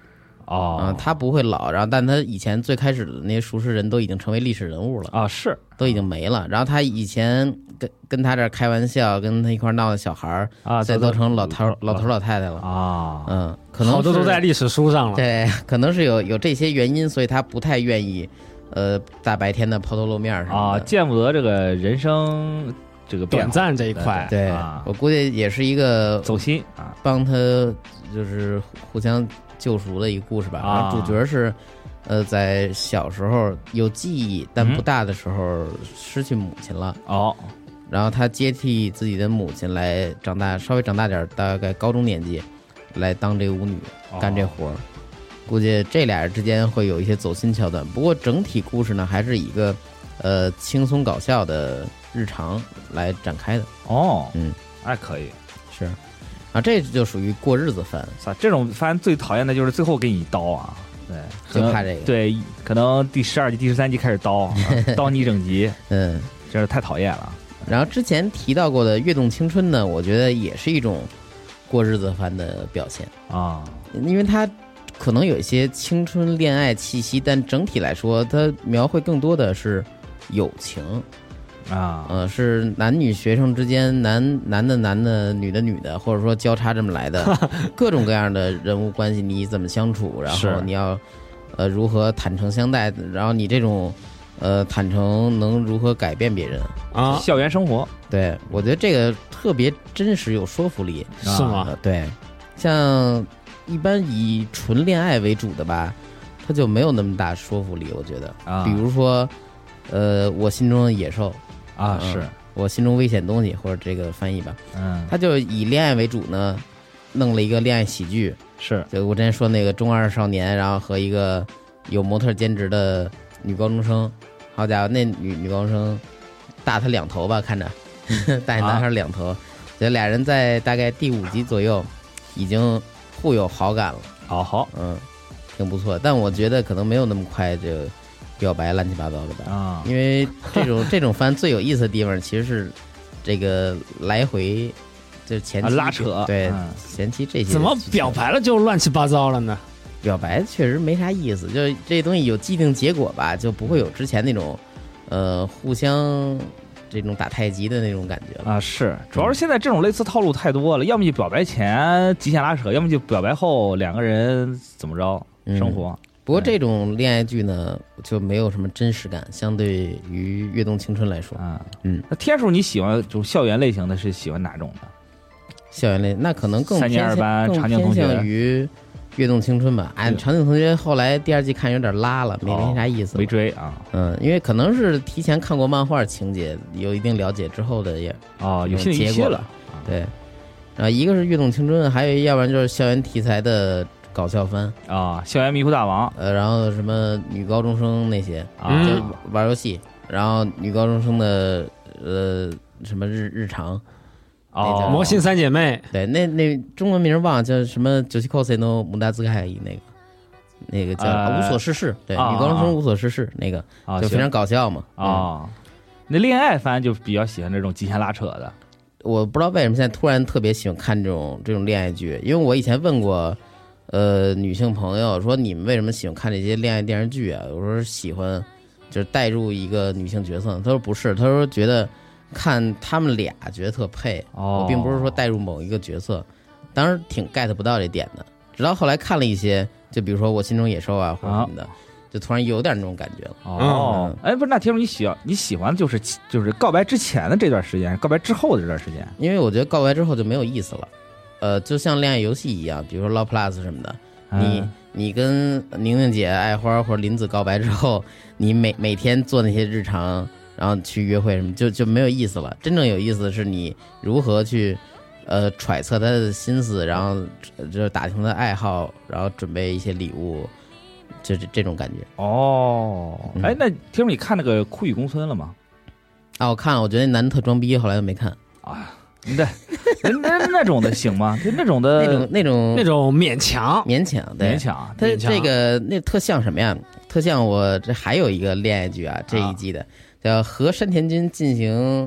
他不会老，然后但他以前最开始的那些熟识人都已经成为历史人物了啊， 是都已经没了。然后他以前跟他这儿开玩笑，跟他一块闹的小孩啊，再都成老头老太太了啊，可能好多都在历史书上了。 对，可能是有这些原因，所以他不太愿意大白天的抛头露面什么的见不得这个人生这个短暂这一块。 对，我估计也是一个走心啊， 帮他就是互相救赎的一个故事吧。然后主角是在小时候有记忆但不大的时候失去母亲了然后他接替自己的母亲来长大，稍微长大点，大概高中年纪来当这个舞女干这活。估计这俩人之间会有一些走心桥段，不过整体故事呢还是以一个轻松搞笑的日常来展开的还可以是啊，这就属于过日子番。 这种番最讨厌的就是最后给你一刀啊，对， 就怕这个。 对，可能第12集、第13集开始刀刀你一整集，真是太讨厌了。 然后之前提到过的《跃动青春》呢，我觉得也是一种过日子番的表现啊，因为它可能有一些青春恋爱气息，但整体来说，它描绘更多的是友情啊，是男女学生之间，男的，女的，或者说交叉这么来的各种各样的人物关系，你怎么相处，然后你要如何坦诚相待，然后你这种坦诚能如何改变别人啊？校园生活， 对，我觉得这个特别真实有说服力， 是吗？ 对，像一般以纯恋爱为主的吧，它就没有那么大说服力，我觉得比如说我心中的野兽是我心中危险东西，或者这个翻译吧，它就以恋爱为主呢，弄了一个恋爱喜剧， 是就我之前说那个中二少年，然后和一个有模特兼职的女高中生，好家伙，那女高中生大他2头吧，看着大男孩2头，这俩人在大概第5集左右已经互有好感了， 好， 挺不错，但我觉得可能没有那么快就表白乱七八糟的吧因为这种番最有意思的地方其实是这个来回就是前期拉扯， 对，前期这些怎么表白了就乱七八糟了呢？ 表白确实没啥意思，就这东西有既定结果吧，就不会有之前那种互相这种打太极的那种感觉了是，主要是现在这种类似套路太多了，要么就表白前极限拉扯，要么就表白后两个人怎么着生活。 不过这种恋爱剧呢就没有什么真实感，相对于跃动青春来说那天数你喜欢这种校园类型的，是喜欢哪种的？ 校园类那可能更 3年2班长颈同学， 偏向于跃动青春吧。长颈同学后来第2季看有点拉了，没啥意思， 没追啊。 因为可能是提前看过漫画情节，有一定了解之后的也有新的结果了。 对，然后一个是跃动青春，还有要不然就是校园题材的搞笑番校园迷糊大王， 然后什么女高中生那些就玩游戏，然后女高中生的什么日常。 魔性3姐妹， 对，那中文名忘了叫什么，97 cos no 姆达兹凯伊那个叫无所事事，对，女高中生无所事事那个就非常搞笑嘛那恋爱番就比较喜欢这种极限拉扯的。 我不知道为什么现在突然特别喜欢看这种恋爱剧，因为我以前问过女性朋友说你们为什么喜欢看这些恋爱电视剧啊？我说喜欢就是带入一个女性角色，他说不是，他说觉得看他们俩觉得特配我并不是说带入某一个角色，当时挺 get 不到这点的，直到后来看了一些，就比如说我心中野兽或者什么的就突然有点那种感觉了不是，那听说你喜欢就是告白之前的这段时间，告白之后的这段时间？ 因为我觉得告白之后就没有意思了，就像恋爱游戏一样，比如说 Love Plus 什么的，你跟宁宁姐、爱花或者林子告白之后，你每天做那些日常，然后去约会什么，就没有意思了。真正有意思的是你如何去揣测他的心思，然后就打听他的爱好，然后准备一些礼物，就是这种感觉。 那听说你看那个《酷与公村》了吗？ 我看了，我觉得那男的特装逼，后来又没看对，那种的行吗？就那种的那种勉强， 对，他这个那特像什么呀？特像我这还有一个恋爱剧这一季的叫和山田君进行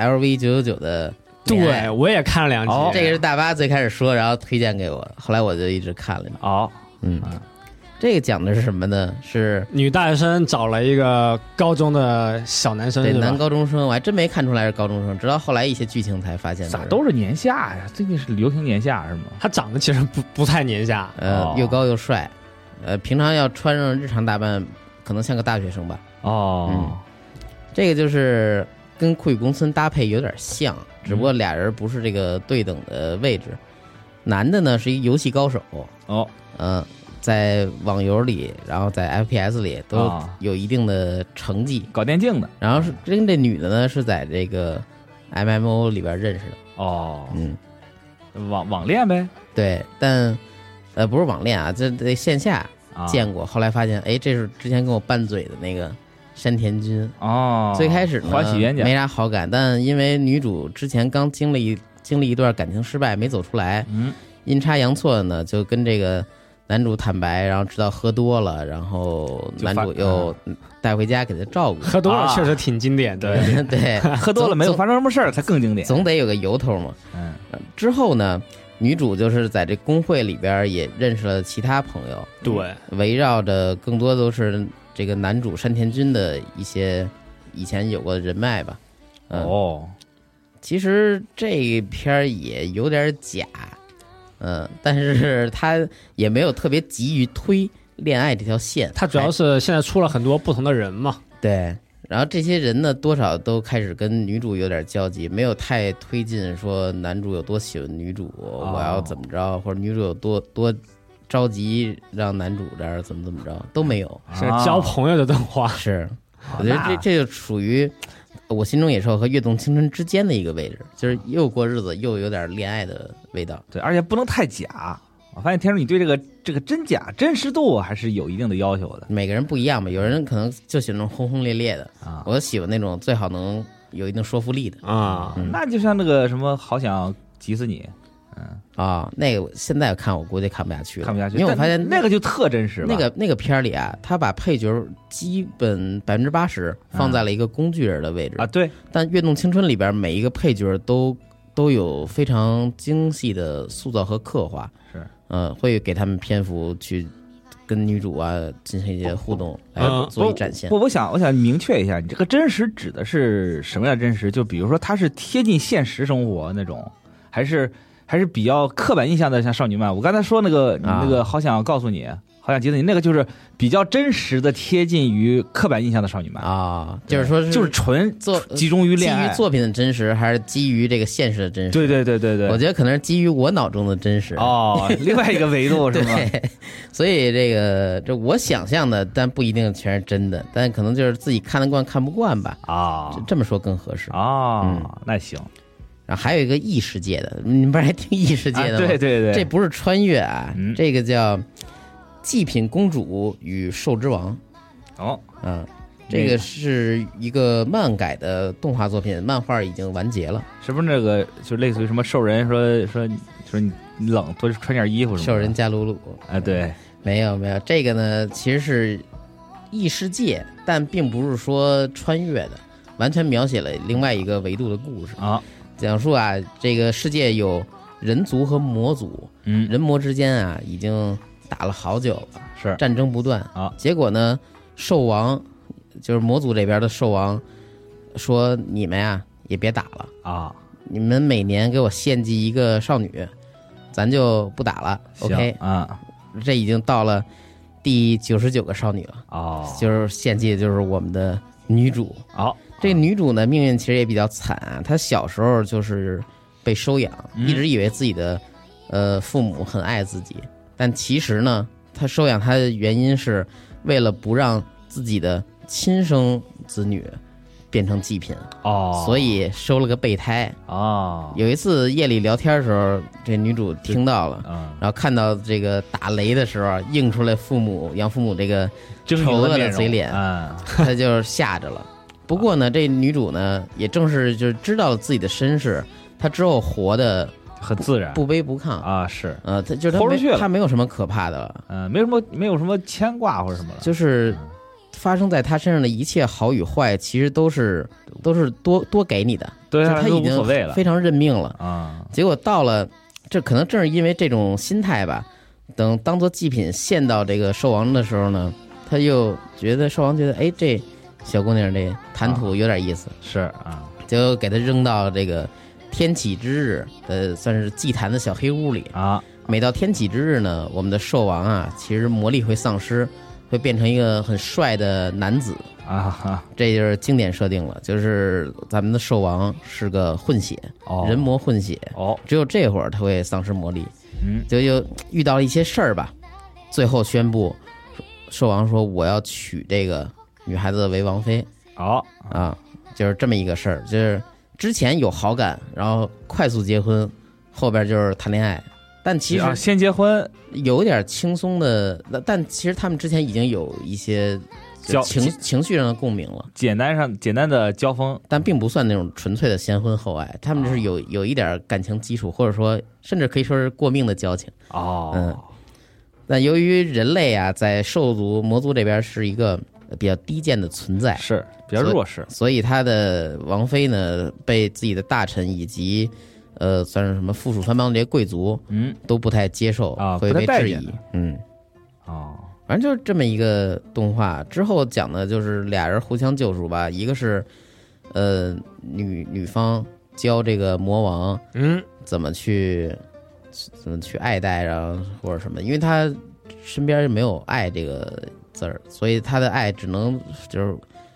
LV999的。 对，我也看了2集。 这个是大巴最开始说，然后推荐给我，后来我就一直看了。 这个讲的是什么呢？是女大学生找了一个高中的小男生， 对，男高中生，我还真没看出来是高中生，直到后来一些剧情才发现。 咋都是年下呀？最近是流行年下是吗？ 他长得其实不太年下， 又高又帅，平常要穿上日常打扮，可能像个大学生吧。这个就是跟酷雨宫村搭配有点像，只不过俩人不是这个对等的位置。男的呢是一游戏高手在网游里，然后在 FPS 里都有一定的成绩， 搞电竞的。 然后是跟这女的呢是在这个 MMO 里边认识的。网恋呗。 对，但不是网恋啊，这在线下见过，后来发现哎，这是之前跟我拌嘴的那个山田君。最开始呢没啥好感，但因为女主之前刚经历一段感情失败没走出来，阴差阳错的呢就跟这个男主坦白，然后知道喝多了，然后男主又带回家给他照顾。 喝多了确实挺经典的， 对， 喝多了没有发生什么事儿才更经典， 总得有个由头嘛。之后呢，女主就是在这工会里边也认识了其他朋友， 对， 围绕着更多都是这个男主山田君的一些以前有过的人脉吧。其实这片也有点假。但是他也没有特别急于推恋爱这条线， 他主要是现在出了很多不同的人嘛。 对，然后这些人呢，多少都开始跟女主有点交集，没有太推进说男主有多喜欢女主，我要怎么着，或者女主有多着急让男主这儿怎么着都没有， 是交朋友的动画。 是，我觉得这就属于我心中野兽和跃动青春之间的一个位置，就是又过日子又有点恋爱的味道。 对，而且不能太假。我发现天叔你对这个真假真实度还是有一定的要求的。 每个人不一样嘛，有人可能就喜欢那种轰轰烈烈的我喜欢那种最好能有一定说服力的那就像那个什么好想急死你。 那个现在看我估计看不下去了， 因为我发现那个就特真实吧。 那个片里啊，他把配角基本80%放在了一个工具人的位置对。 但《跃动青春》里边每一个配角都有非常精细的塑造和刻画， 是会给他们篇幅去跟女主进行一些互动来做一展现。 我想明确一下，你这个真实指的是什么样的真实？就比如说它是贴近现实生活那种，还是比较刻板印象的，像少女漫。我刚才说那个好想告诉你，好想急死你，那个就是比较真实的贴近于刻板印象的少女漫就是说就是纯集中于恋爱， 基于作品的真实，还是基于这个现实的真实？ 对， 我觉得可能是基于我脑中的真实另外一个维度是吗？ 对，所以这我想象的，但不一定全是真的，但可能就是自己看得惯看不惯吧就这么说更合适那行。 然后还有一个异世界的，你们不是还听异世界的吗？ 对， 这不是穿越这个叫《祭品公主与兽之王》这个是一个漫改的动画作品，漫画已经完结了。 是不是那个就类似于什么兽人说你冷多穿件衣服什么？ 兽人加鲁鲁对， 没有，这个呢其实是异世界，但并不是说穿越的，完全描写了另外一个维度的故事讲述这个世界有人族和魔族，人魔之间已经打了好久了， 是战争不断结果呢，兽王就是魔族这边的兽王说：“你们也别打了你们每年给我献祭一个少女，咱就不打了。”OK 这已经到了第99个少女了就是献祭的就是我们的女主这个女主呢，命运其实也比较惨她小时候就是被收养，一直以为自己的父母很爱自己，但其实呢，她收养她的原因是为了不让自己的亲生子女变成祭品所以收了个备胎有一次夜里聊天的时候，这女主听到了然后看到这个打雷的时候映出来养父母这个丑恶的嘴脸她就吓着了。不过呢，这女主呢，也正是就是知道了自己的身世，她之后活的很自然， 不卑不亢是她就是她没有什么可怕的了没有什么牵挂或者什么了， 就是发生在她身上的一切好与坏，其实都是多给你的， 对， 她已经非常认命了啊。 结果到了这，可能正是因为这种心态吧， 等当做祭品献到这个兽王的时候呢，他又兽王觉得，哎，这小姑娘这谈吐有点意思， 是啊， 就给他扔到这个天启之日的算是祭坛的小黑屋里啊。 每到天启之日呢，我们的兽王啊，其实魔力会丧失，会变成一个很帅的男子啊， 这就是经典设定了，就是咱们的兽王是个混血，人魔混血，只有这会儿他会丧失魔力，就遇到了一些事儿吧，最后宣布，兽王说我要娶这个女孩子为王妃，就是这么一个事儿，就是之前有好感，然后快速结婚，后边就是谈恋爱。但其实先结婚有点轻松的，但其实他们之前已经有一些情绪上的共鸣了，简单的交锋， 但并不算那种纯粹的先婚后爱，他们就是有一点感情基础，或者说甚至可以说是过命的交情。但由于人类啊，在兽族、魔族这边是一个比较低贱的存在， 是比较弱势， 所以他的王妃呢，被自己的大臣以及算是什么附属藩邦这些贵族，都不太接受会被质疑，反正就是这么一个动画。之后讲的就是俩人互相救赎吧，一个是女方教这个魔王，怎么去爱戴，然后或者什么，因为他身边没有爱这个字儿，所以他的爱只能就是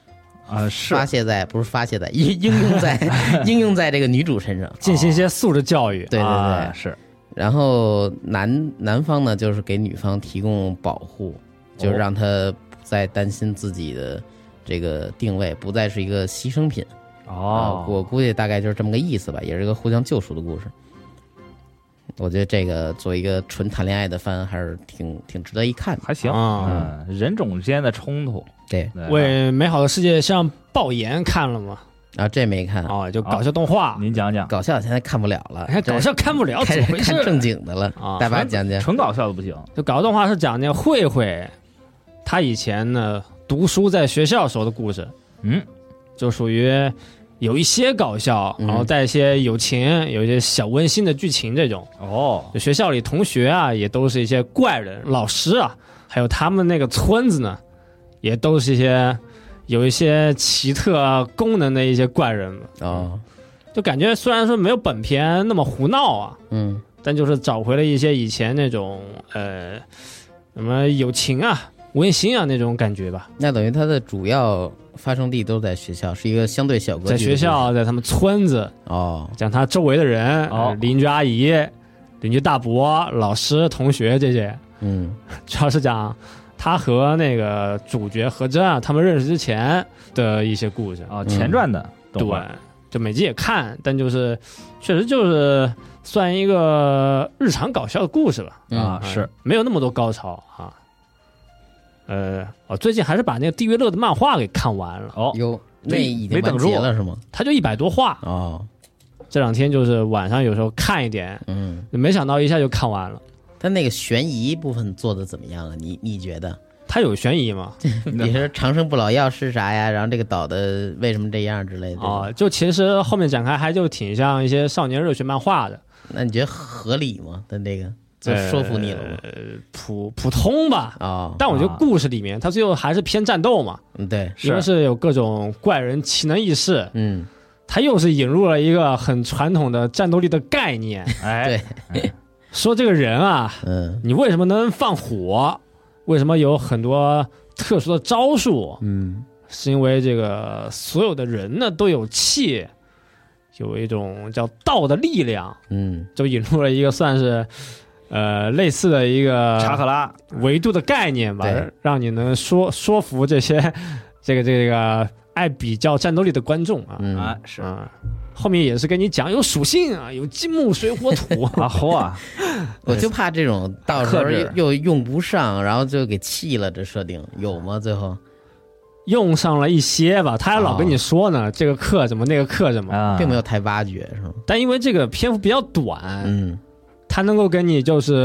应用在这个女主身上， 进行一些素质教育。 对对对， 是。 然后男方呢，就是给女方提供保护，就让她不再担心自己的这个定位，不再是一个牺牲品。我估计大概就是这么个意思吧，也是一个互相救赎的故事。我觉得这个作为一个纯谈恋爱的番，还是挺值得一看的， 还行。人种之间的冲突。 对， 为美好的世界像爆炎看了吗？ 这没看就搞笑动画。 您讲讲。 搞笑现在看不了了， 搞笑看不了，怎么回事？ 看正经的了大爸讲讲。 纯搞笑的不行。 就搞笑动画是讲那慧慧，她以前呢读书在学校时候的故事。就属于有一些搞笑，然后带一些友情，有一些小温馨的剧情这种。就学校里同学啊，也都是一些怪人，老师啊，还有他们那个村子呢，也都是有一些奇特功能的一些怪人就感觉虽然说没有本片那么胡闹啊，但就是找回了一些以前那种什么友情啊、温馨啊那种感觉吧。 那等于它的主要发生地都在学校，是一个相对小格局的， 在学校，在他们村子讲他周围的人邻居阿姨、邻居大伯、老师、同学这些。主要是讲他和那个主角何真啊，他们认识之前的一些故事前传的。 对，就每集也看，但就是确实就是算一个日常搞笑的故事吧。 是没有那么多高潮啊。最近还是把那个地狱乐的漫画给看完了。 那已经完结了是吗？ 它就100多话这两天就是晚上有时候看一点，没想到一下就看完了。 但那个悬疑部分做的怎么样啊？你觉得？ 它有悬疑吗？ 你说长生不老药是啥呀？然后这个岛的为什么这样之类的？ 就其实后面展开还就挺像一些少年热血漫画的。 那你觉得合理吗？但这个就说服你了吗？ 普通吧。但我觉得故事里面它最后还是偏战斗嘛。 对， 因为是有各种怪人奇能异事。它又是引入了一个很传统的战斗力的概念。 对。 说这个人啊，你为什么能放火？为什么有很多特殊的招数？是因为这个所有的人呢都有气，有一种叫道的力量。就引入了一个算是类似的一个查克拉维度的概念吧，让你能说服这些这个爱比较战斗力的观众是。 后面也是跟你讲有属性啊，有金木水火土我就怕这种到时候又用不上，然后就给弃了。这设定有吗？最后用上了一些吧，他还老跟你说呢，这个克什么那个克什么， 并没有太挖掘是吗？ 但因为这个篇幅比较短，他能够跟你就是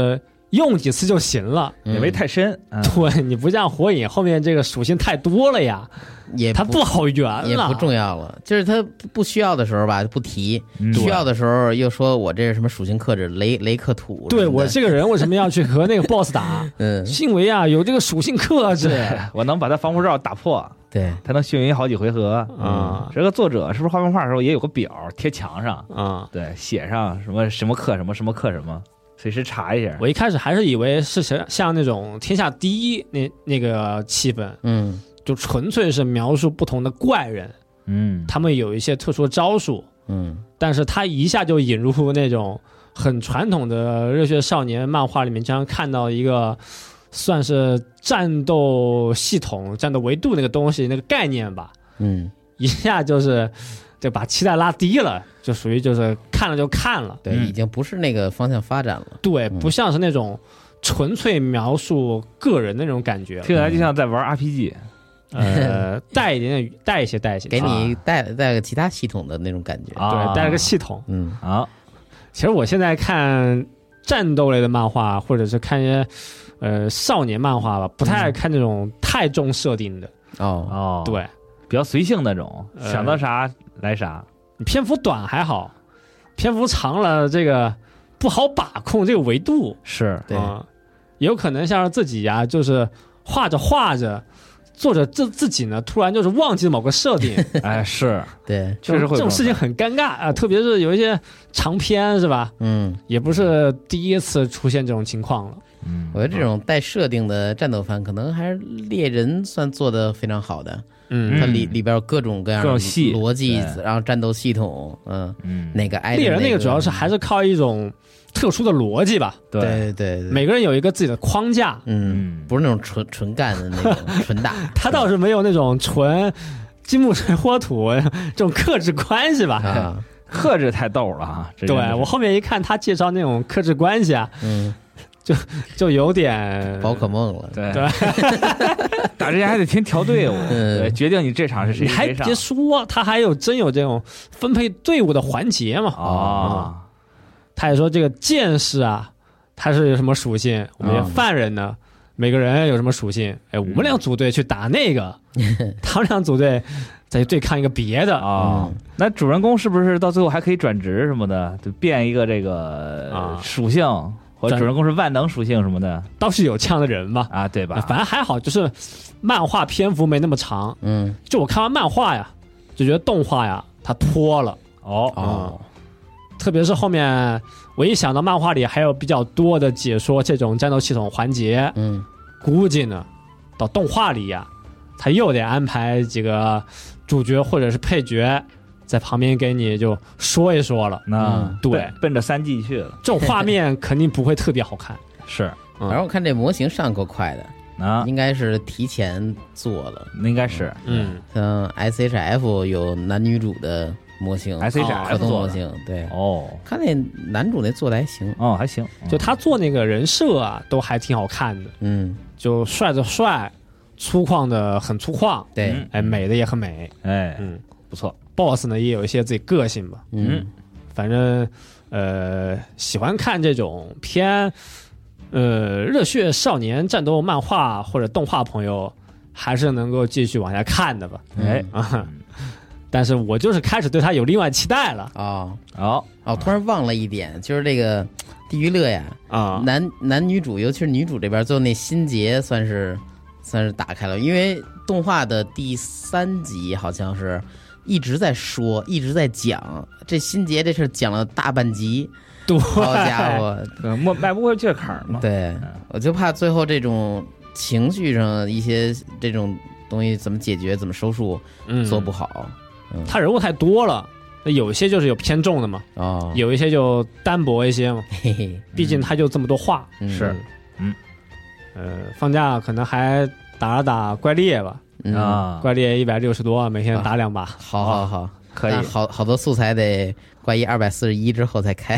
用几次就行了， 也没太深。 对，你不像火影后面这个属性太多了呀，它不好圆了， 也不重要了。就是它不需要的时候吧不提，需要的时候又说我这是什么属性克制雷克土。 对，我这个人为什么要去和那个 BOSS 打？是因为啊有这个属性克制， 我能把他防护罩打破。 对， 他能眩晕好几回合啊！这个作者是不是画漫画的时候也有个表贴墙上啊？对，写上什么克什么什么克什么，随时查一下。 我一开始还是以为是像那种天下第一那个气氛，就纯粹是描述不同的怪人，他们有一些特殊的招数，但是他一下就引入那种很传统的热血少年漫画里面经常看到一个。算是战斗系统、战斗维度那个东西那个概念吧，一下就是把期待拉低了，就属于就是看了就看了， 对，已经不是那个方向发展了， 对，不像是那种纯粹描述个人的那种感觉， 听起来就像在玩 RPG， 带一些， 给你带个其他系统的那种感觉， 对，带了个系统，其实我现在看战斗类的漫画，或者是看一些。少年漫画吧，不太爱看那种太重设定的对， 比较随性那种，想到啥来啥。 你篇幅短还好，篇幅长了这个不好把控这个维度， 是对， 有可能像是自己呀，就是画着，作者自己呢突然就是忘记了某个设定， 哎，是对， 确实会这种事情很尴尬啊，特别是有一些长篇是吧？也不是第一次出现这种情况了。 我觉得这种带设定的战斗番可能还是猎人算做的非常好的，它里边有各种各样的逻辑，然后战斗系统，那个猎人那个主要是还是靠一种特殊的逻辑吧， 对， 每个人有一个自己的框架， 不是那种纯干的那种纯打， 他倒是没有那种纯金木水火土这种克制关系吧， 克制太逗了啊！ 对，我后面一看他介绍那种克制关系啊，就有点宝可梦了， 对，打之前还得先调队伍，决定你这场是谁上。 还别说，他还真有这种分配队伍的环节嘛。他也说这个剑士啊，他是有什么属性？我们犯人呢，每个人有什么属性？哎，我们俩组队去打那个，他们俩组队再去对抗一个别的啊。那主人公是不是到最后还可以转职什么的，就变一个这个属性？或者主人公是万能属性什么的， 倒是有这样的人嘛？ 啊，对吧？ 反正还好，就是漫画篇幅没那么长。就我看完漫画呀，就觉得动画呀，它拖了。特别是后面，我一想到漫画里还有比较多的解说这种战斗系统环节，估计呢，到动画里呀，他又得安排几个主角或者是配角。在旁边给你就说一说了，对， 奔着3季去了， 这种画面肯定不会特别好看。 是， 反正我看这模型上够快的啊，应该是提前做了， 应该是， 像 SHF 有男女主的模型 ，SHF 可动模型，对，看那男主那做的还行， 还行， 就他做那个人设啊，都还挺好看的，就帅的帅，粗犷的很粗犷， 对， 美的也很美， 不错。 BOSS 呢也有一些自己个性吧，反正喜欢看这种偏热血少年战斗漫画或者动画朋友，还是能够继续往下看的吧。但是我就是开始对他有另外期待了。 突然忘了一点，就是这个地狱乐呀，男女主，尤其是女主这边最后那心结算是打开了，因为动画的第3集好像是。一直在说，一直在讲这心结这事，讲了大半集，好家伙， 迈不过这坎嘛。 对，我就怕最后这种情绪上一些这种东西怎么解决，怎么收束，做不好。 他人物太多了，有一些就是有偏重的嘛，有一些就单薄一些嘛。毕竟他就这么多话， 是， 放假可能还打怪猎吧。怪猎160多，每天打2把。 好， 可以。 好多素材得怪异241之后才开，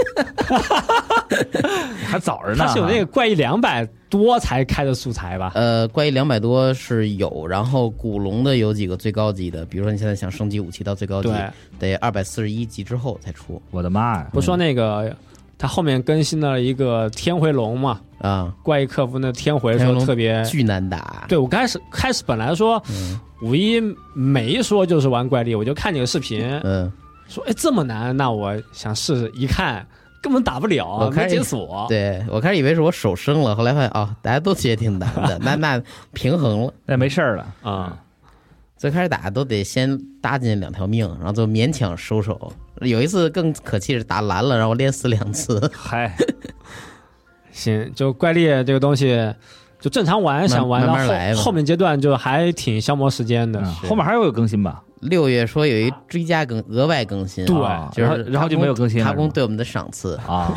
还早着呢。 他是有那个怪异200多才开的素材吧？ 怪异200多是有，然后古龙的有几个最高级的，比如说你现在想升级武器到最高级，得241级之后才出。 我的妈呀！ 不说那个他后面更新了一个天回龙嘛，怪异客服那天回说特别巨难打。 对，我开始本来说51没说就是玩怪力，我就看几个视频，说哎这么难，那我想试试，一看根本打不了，没解锁。 对，我开始以为是我手生了，后来发现大家都觉得挺难的，那平衡了， 那没事了啊。 最开始打都得先搭进2条命，然后就勉强收手。有一次更可气是打蓝了，然后连死2次。 嗨， 行，就怪力这个东西就正常玩，想玩到后面阶段就还挺消磨时间的。 后面还有更新吧 ？6月说有一追加额外更新， 对， 就是然后就没有更新了。 卡工对我们的赏赐啊，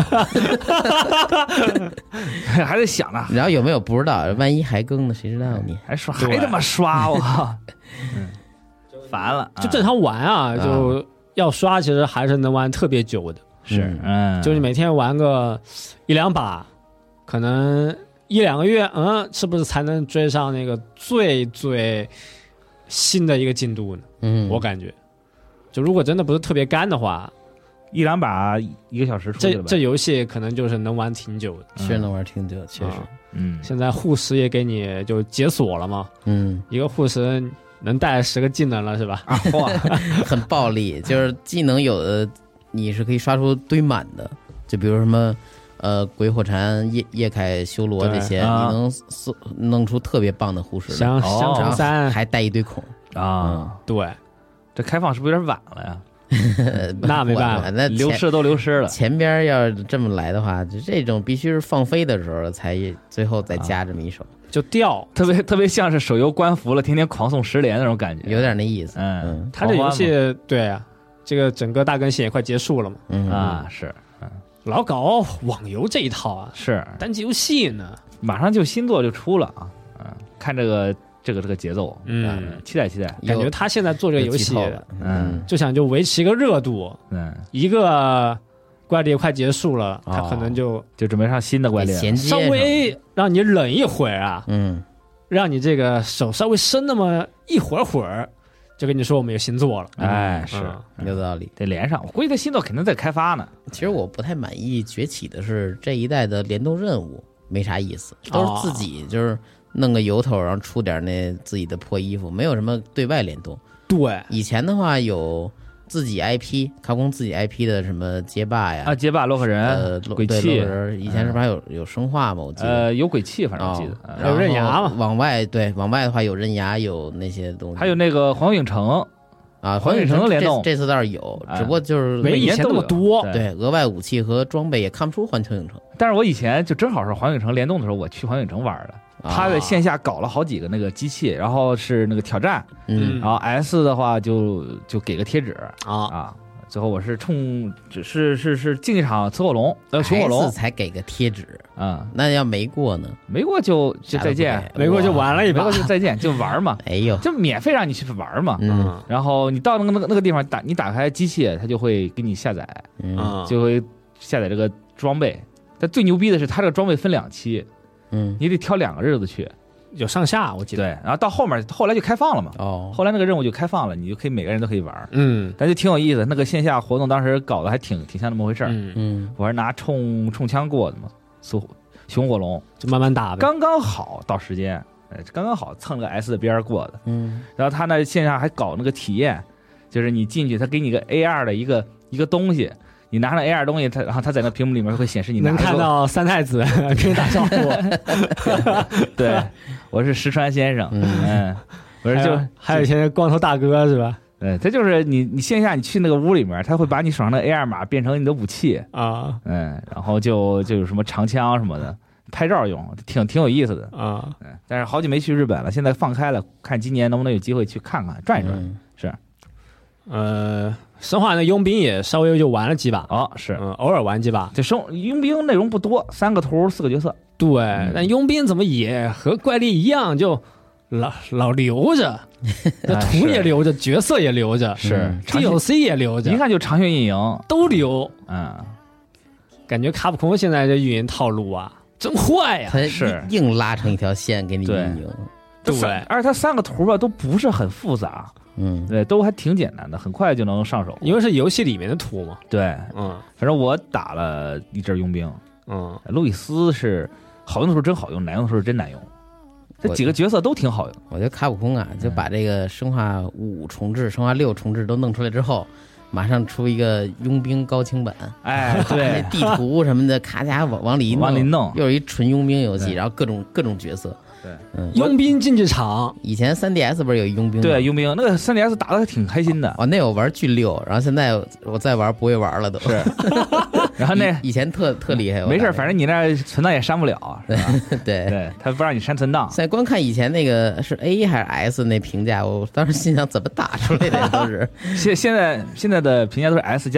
还得想呢。 然后有没有不知道？万一还更呢？谁知道你还刷还他妈刷我，烦了。 就正常玩啊，就要刷，其实还是能玩特别久的。 是， 就是每天玩个1-2把，可能1-2个月，是不是才能追上那个最新的一个进度呢？我感觉，就如果真的不是特别干的话 ，1-2把1个小时出去了。 这游戏可能就是能玩挺久的， 确实能玩挺久，确实。 现在护石也给你就解锁了嘛，一个护石能带10个技能了，是吧？ 哇，很暴力，就是技能有的你是可以刷出堆满的，就比如什么鬼火禅、叶凯修罗这些，你能弄出特别棒的护石， 像香橙3 还带一堆孔啊。 对， 这开放是不是有点晚了呀？ 那没办法， 那流失了。 前边要是这么来的话，就这种必须是放飞的时候才最后再加这么一手， 就掉， 特别像是手游官服了，天天狂送10连那种感觉， 有点那意思。 他这游戏对啊，这个整个大更新也快结束了嘛。是， 老搞网游这一套啊， 是单机游戏呢， 马上就新作就出了啊。看这个节奏，期待， 感觉他现在做这个游戏，就想就维持一个热度，一个怪猎快结束了，他可能就准备上新的怪猎， 稍微让你忍一会儿啊，让你这个手稍微伸那么一会儿，就跟你说我们有新作了。 哎，是有道理， 得连上。我估计他新作肯定在开发呢。 其实我不太满意崛起的是这一代的联动任务没啥意思，都是自己就是弄个由头，然后出点那自己的破衣服，没有什么对外联动。 对， 以前的话有自己 IP， 卡工自己 IP 的什么街霸呀， 街霸洛克人，鬼泣， 以前是不是还有生化嘛？我记得有鬼泣，反正记得， 还有刃牙嘛。 往外的话有刃牙，有那些东西， 还有那个环球影城啊，环球影城联动这次倒是有，只不过就是没以前那么多。 对，额外武器和装备也看不出环球影城。 但是我以前就正好是环球影城联动的时候，我去环球影城玩的。他在线下搞了好几个那个机器，然后是那个挑战，然后 S 的话就给个贴纸啊，最后我是是竞技场雌火龙熊火龙 S 才给个贴纸啊，那要没过呢？ 没过就再见， 没过就完了一把， 没过就再见，就玩嘛， 哎呦， 就免费让你去玩嘛，然后你到那个地方你打开机器，它就会给你下载，就会下载这个装备。但最牛逼的是，它这个装备分2期。你得挑2个日子去， 有上下我记得。 对，然后到后来就开放了嘛。后来那个任务就开放了，你就可以每个人都可以玩。但就挺有意思。那个线下活动当时搞得还挺像那么回事儿。我是拿冲枪过的嘛，熊火龙就慢慢打呗， 刚刚好到时间，刚刚好蹭个 S 的边过的。然后他那线下还搞那个体验，就是你进去，他给你个 AR 的一个东西。你拿上 AR 东西，然后它在那屏幕里面会显示你能看到三太子跟你打招呼。 对，我是石川先生。我说就还有一些光头大哥是吧？ 他就是你线下你去那个屋里面，他会把你手上的 AR 码变成你的武器啊。然后就有什么长枪什么的，拍照用，挺有意思的啊。但是好久没去日本了，现在放开了，看今年能不能有机会去看看转一转。是， 生化的佣兵也稍微就玩了几把是偶尔玩几把。 这佣兵内容不多，3个图4个角色。 对，但佣兵怎么也和怪力一样，就老留着，图也留着，角色也留着， 是 DLC 也留着， 一看就长续运营都留。感觉卡普空现在这运营套路啊，真坏呀！ 是硬拉成一条线给你运营。 对，而且它3个图吧都不是很复杂。 对，都还挺简单的，很快就能上手， 因为是游戏里面的图嘛。 对，反正我打了一阵佣兵，路易斯是好用的时候真好用，难用的时候真难用。这几个角色都挺好用。 我觉得卡普空啊，就把这个生化5重置、生化6重置都弄出来之后，马上出一个佣兵高清版。 哎，对， 那地图什么的，咔嚓往里弄，又是一纯佣兵游戏，然后各种角色。 对， 佣兵竞技场， 以前 3DS 不是有佣兵吗？ 对，佣兵那个 3DS 打的还挺开心的。 那我玩巨溜，然后现在我再玩不会玩了都。 是，然后那以前特厉害。 没事，反正你那存档也删不了，是吧？对，他不让你删存档。 现在光看以前那个是 A 还是 S 那评价，我当时心想怎么打出来的都是。 现在的评价都是 S++，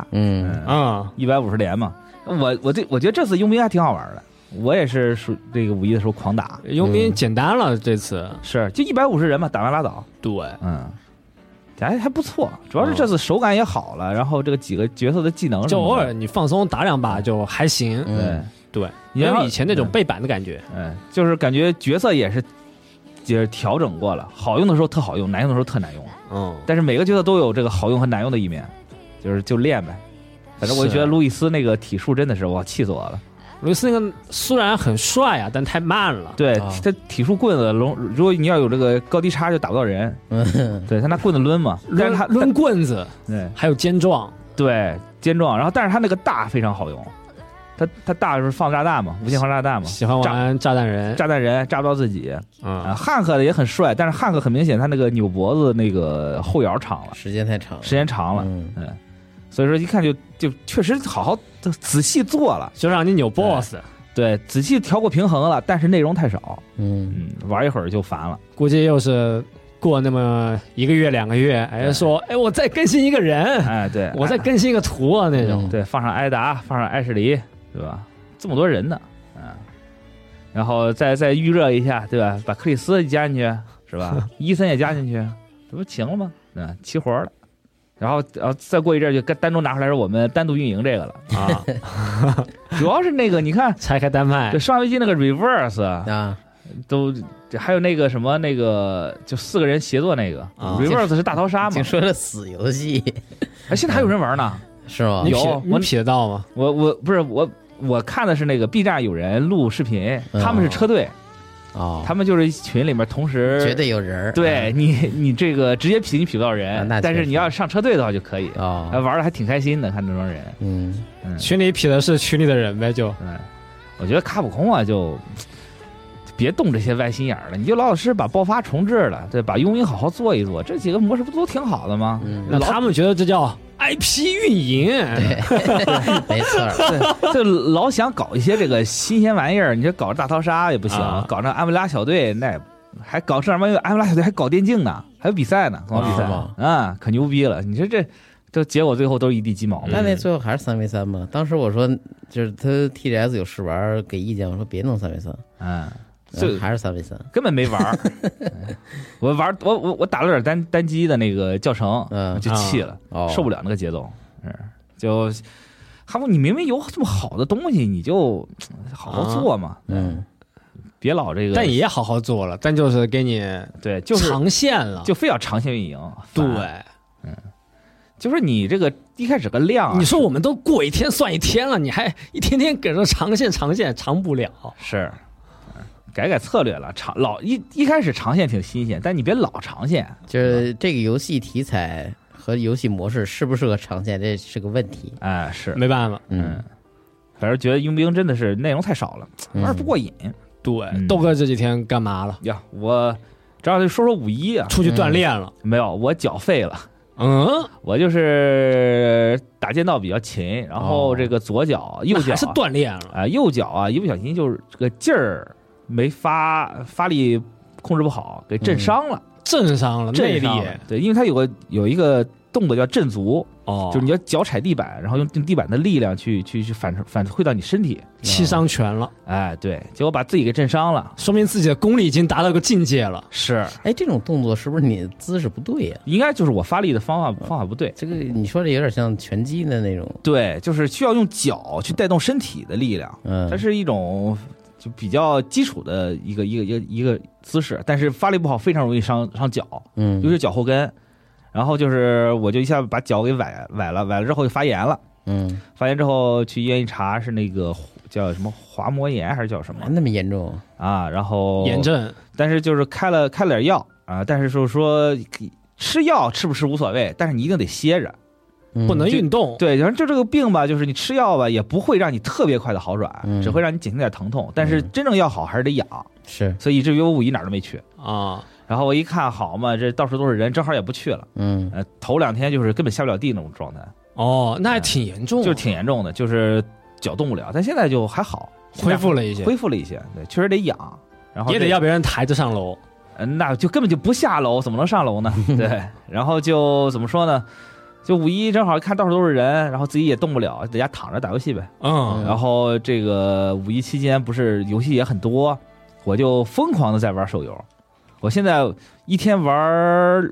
150连嘛。我觉得这次佣兵还挺好玩的。我也是这个5·1的时候狂打佣兵，简单了这次是就150人嘛，打完拉倒。 对， 还不错，主要是这次手感也好了，然后这个几个角色的技能， 就偶尔你放松打2把就还行。对，没有以前那种背板的感觉。 就是感觉角色也是调整过了，好用的时候特好用，难用的时候特难用。但是每个角色都有这个好用和难用的一面，就练呗。反正我就觉得路易斯那个体术真的是哇，气死我了。 路易斯那个虽然很帅啊，但太慢了。 对，他体术棍子如果你要有这个高低差就打不到人。对，他拿棍子抡嘛，但是他抡棍子， 对， 还有肩撞， 对，肩撞。然后但是他那个大非常好用，他大就是放炸弹嘛，无限放炸弹嘛， 喜欢玩炸弹人炸不到自己。汉克的也很帅，但是汉克很明显他那个扭脖子那个后摇长了， 时间长了。 所以说一看就确实好好仔细做了， 就让你扭 BOSS。 对，仔细调过平衡了，但是内容太少。玩一会儿就烦了。 估计又是过那么1个月2个月，说我再更新一个人， 对， 我再更新一个图啊那种。 对，放上埃达，放上艾什黎，对吧？这么多人呢，然后再预热一下，对吧？把克里斯加进去，是吧？伊森也加进去，这不行了吗？齐活了。然后再过一阵就单独拿出来，是我们单独运营这个了啊。主要是那个你看拆开单卖， 对，上飞机那个 reverse 啊，都还有那个什么那个就4个人协作那个 reverse 是大逃杀嘛？ 听说了死游戏， 现在还有人玩呢， 是吗？ 有， 你匹得到吗？ 我不是我看的是那个 B 站有人录视频，他们是车队。他们就是群里面同时绝对有人， 对你这个直接匹你匹不到人，但是你要上车队的话就可以玩的还挺开心的，看这帮人。 群里匹的是群里的人呗，就我觉得卡普空啊，就别动这些歪心眼了，你就老实把爆发重置了，对，把佣兵好好做一做，这几个模式不都挺好的吗？ 那他们觉得这叫 IP 运营， 对，没错。 就老想搞一些这个新鲜玩意儿，你这搞大逃杀也不行，搞那安布拉小队那还搞这玩意儿，安布拉小队还搞电竞呢，还有比赛呢，搞比赛可牛逼了。你说这结果最后都是一地鸡毛。 那最后还是3v3嘛？当时我说就是他 TGS 有试玩给意见，我说别弄3v3，还是3v3， 根本没玩。我打了点单机的那个教程，就气了，受不了那个节奏。就哈姆，你明明有这么好的东西，你就好好做嘛。别老这个。 但也好好做了，但就是给你对，就是长线了， 就非要长线运营。 对， 就是你这个一开始个量， 你说我们都过一天算一天了，你还一天天给着长线长不了。 是。改策略了，一开始长线挺新鲜，但你别老长线。 就是这个游戏题材和游戏模式适不适合长线，这是个问题。 是没办法。 反正觉得佣兵真的是内容太少了，玩不过瘾。 对，豆哥这几天干嘛了呀？我正好就说5·1啊， 出去锻炼了。 没有，我脚废了。我就是打剑道比较勤，然后这个左脚、右脚还是锻炼了右脚啊，一不小心就是这个劲儿没发力控制不好，给震伤了， 内力。 对，因为它有一个动作叫震足，就是你要脚踩地板，然后用地板的力量去反馈到你身体， 七伤拳了。 对，结果把自己给震伤了， 说明自己的功力已经达到个境界了。 是， 这种动作是不是你姿势不对呀？ 应该就是我发力的方法不对。 这个你说的有点像拳击的那种。 对，就是需要用脚去带动身体的力量。它是一种就比较基础的一个姿势，但是发力不好非常容易伤脚，尤其是脚后跟。然后就是我就一下把脚给崴了之后就发炎了，发炎之后去医院一查是那个叫什么滑膜炎还是叫什么？ 那么严重啊？然后炎症， 但是就是开了点药啊，但是就是说吃药吃不吃无所谓，但是你一定得歇着。 不能运动， 对，然后就这个病吧，就是你吃药吧，也不会让你特别快的好转，只会让你减轻点疼痛，但是真正要好还是得养， 是， 所以以至于我5·1哪儿都没去啊。 然后我一看，好嘛，这到处都是人，正好也不去了，头2天就是根本下不了地那种状态。 哦，那还挺严重， 就是挺严重的，就是脚动不了，但现在就还好， 恢复了一些， 对，确实得养，然后也得要别人抬着上楼， 那就根本就不下楼，怎么能上楼呢？对，然后就怎么说呢？就5·1正好看到处都是人，然后自己也动不了，在家躺着打游戏呗。然后这个5·1期间不是游戏也很多，我就疯狂的在玩手游。我现在一天玩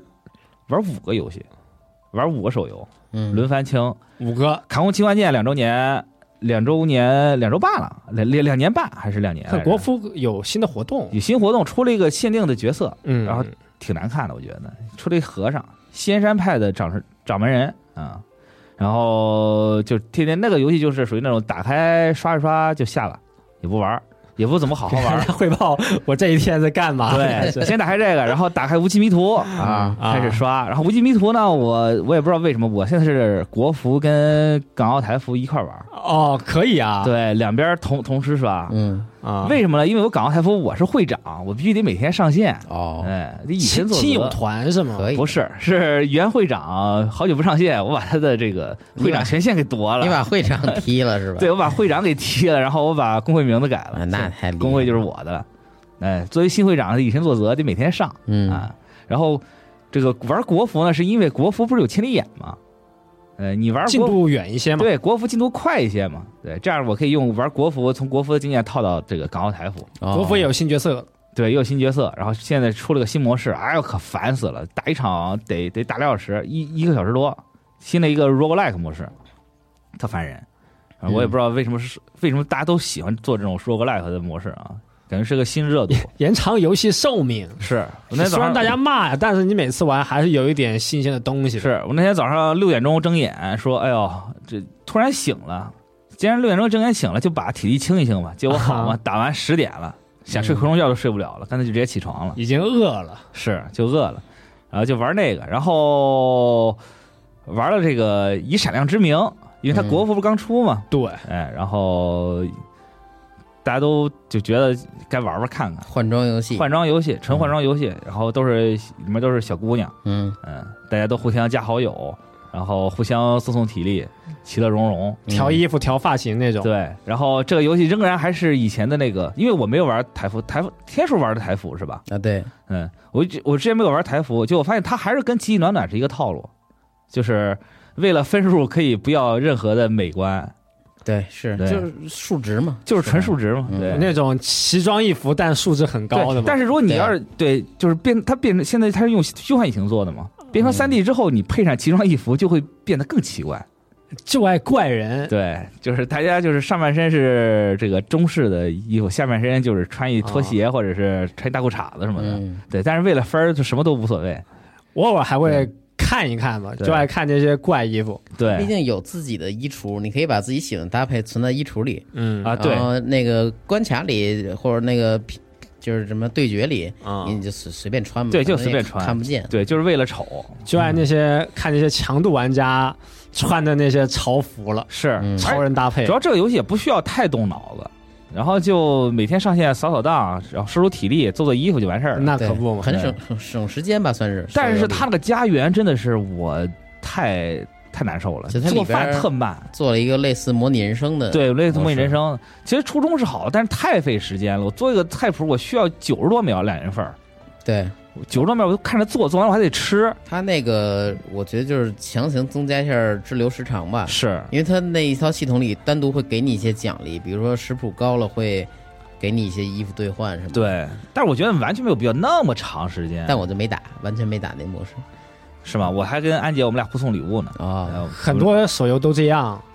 5个游戏，玩5个手游，轮番清 5个。 卡空奇幻剑2周年，2周半了，2年半还是2年？ 国服有新的活动， 有新活动，出了一个限定的角色，然后挺难看的，我觉得出了一和尚，仙山派的掌门人啊，然后就天天那个游戏就是属于那种打开刷一刷就下了，也不玩，也不怎么好好玩。 汇报我这一天在干嘛？ 对，先打开这个，然后打开无期迷途啊，开始刷。然后无期迷途呢，我也不知道为什么，我现在是国服跟港澳台服一块玩。 哦，可以啊， 对，两边同时刷。为什么呢？因为我港澳台服我是会长，我必须得每天上线。以前做亲友团是吗？ 不是，是原会长好久不上线，我把他的这个会长权限给夺了。 你把会长踢了是吧？ 对，我把会长给踢了，然后我把工会名字改了。 那太厉害了， 工会就是我的了。作为新会长以身作则，得每天上。然后这个玩国服呢，是因为国服不是有千里眼吗？你玩进度远一些嘛？ 对，国服进度快一些嘛？对，这样我可以用玩国服，从国服的经验套到这个港澳台服。 国服也有新角色， 对，也有新角色。然后现在出了个新模式，哎呦，可烦死了！打一场得打2小时，一个小时多。新的一个 roguelike 模式，特烦人。我也不知道为什么大家都喜欢做这种 roguelike 的模式啊。感觉是个新热度， 延长游戏寿命是。 虽然大家骂呀，但是你每次玩还是有一点新鲜的东西的。 是我那天早上6点钟睁眼说，哎呦，这突然醒了。既然6点钟睁眼醒了，就把体力清一清吧。结果好嘛，打完10点了，想睡回笼觉都睡不了了，干脆就直接起床了。 已经饿了， 是就饿了，然后就玩那个，然后玩了这个以闪亮之名，因为它国服不是刚出嘛。 对， 然后。大家都就觉得该玩玩看看， 换装游戏， 纯换装游戏，然后里面都是小姑娘，大家都互相加好友，然后互相送体力，其乐融融， 调衣服、调发型那种。 对，然后这个游戏仍然还是以前的那个，因为我没有玩台服，天叔玩的台服是吧？ 啊，对， 我之前没有玩台服，就我发现它还是跟奇迹暖暖是一个套路，就是为了分数可以不要任何的美观。 对，是就是数值嘛， 就是纯数值嘛，对， 那种奇装异服但数值很高的嘛。 但是如果你要是对，就是它变成现在它是用虚幻引擎做的嘛，变成3D 之后，你配上奇装异服就会变得更奇怪， 就爱怪人。 对，就是大家就是上半身是这个中式的衣服，下半身就是穿一拖鞋或者是穿一大裤衩子什么的，对。但是为了分儿，就什么都无所谓。 我偶尔还会看一看嘛，就爱看这些怪衣服。 对， 毕竟有自己的衣橱，你可以把自己喜欢的搭配存在衣橱里。 对， 然后那个关卡里或者那个就是什么对决里，你就随便穿嘛。 对，就随便穿， 看不见。 对，就是为了丑， 就爱看那些强度玩家穿的那些潮服了， 是超人搭配。 主要这个游戏也不需要太动脑子。然后就每天上线扫档，然后收体力，做衣服就完事儿了。 那可不嘛， 很省时间吧，算是。 但是他那个家园真的是我太难受了，做饭特慢， 做了一个类似模拟人生的。 对，类似模拟人生。其实初衷是好，但是太费时间了。我做一个菜谱，我需要90多秒2人份。 对。 90多秒我就看着做完我还得吃。 他那个我觉得就是强行增加一下滞留时长吧， 是因为他那一套系统里单独会给你一些奖励，比如说食谱高了会给你一些衣服兑换什么的。 对，但是我觉得完全没有必要那么长时间。 但我就没打，完全没打那模式。 是吗？我还跟安姐我们俩互送礼物呢。 很多手游都这样。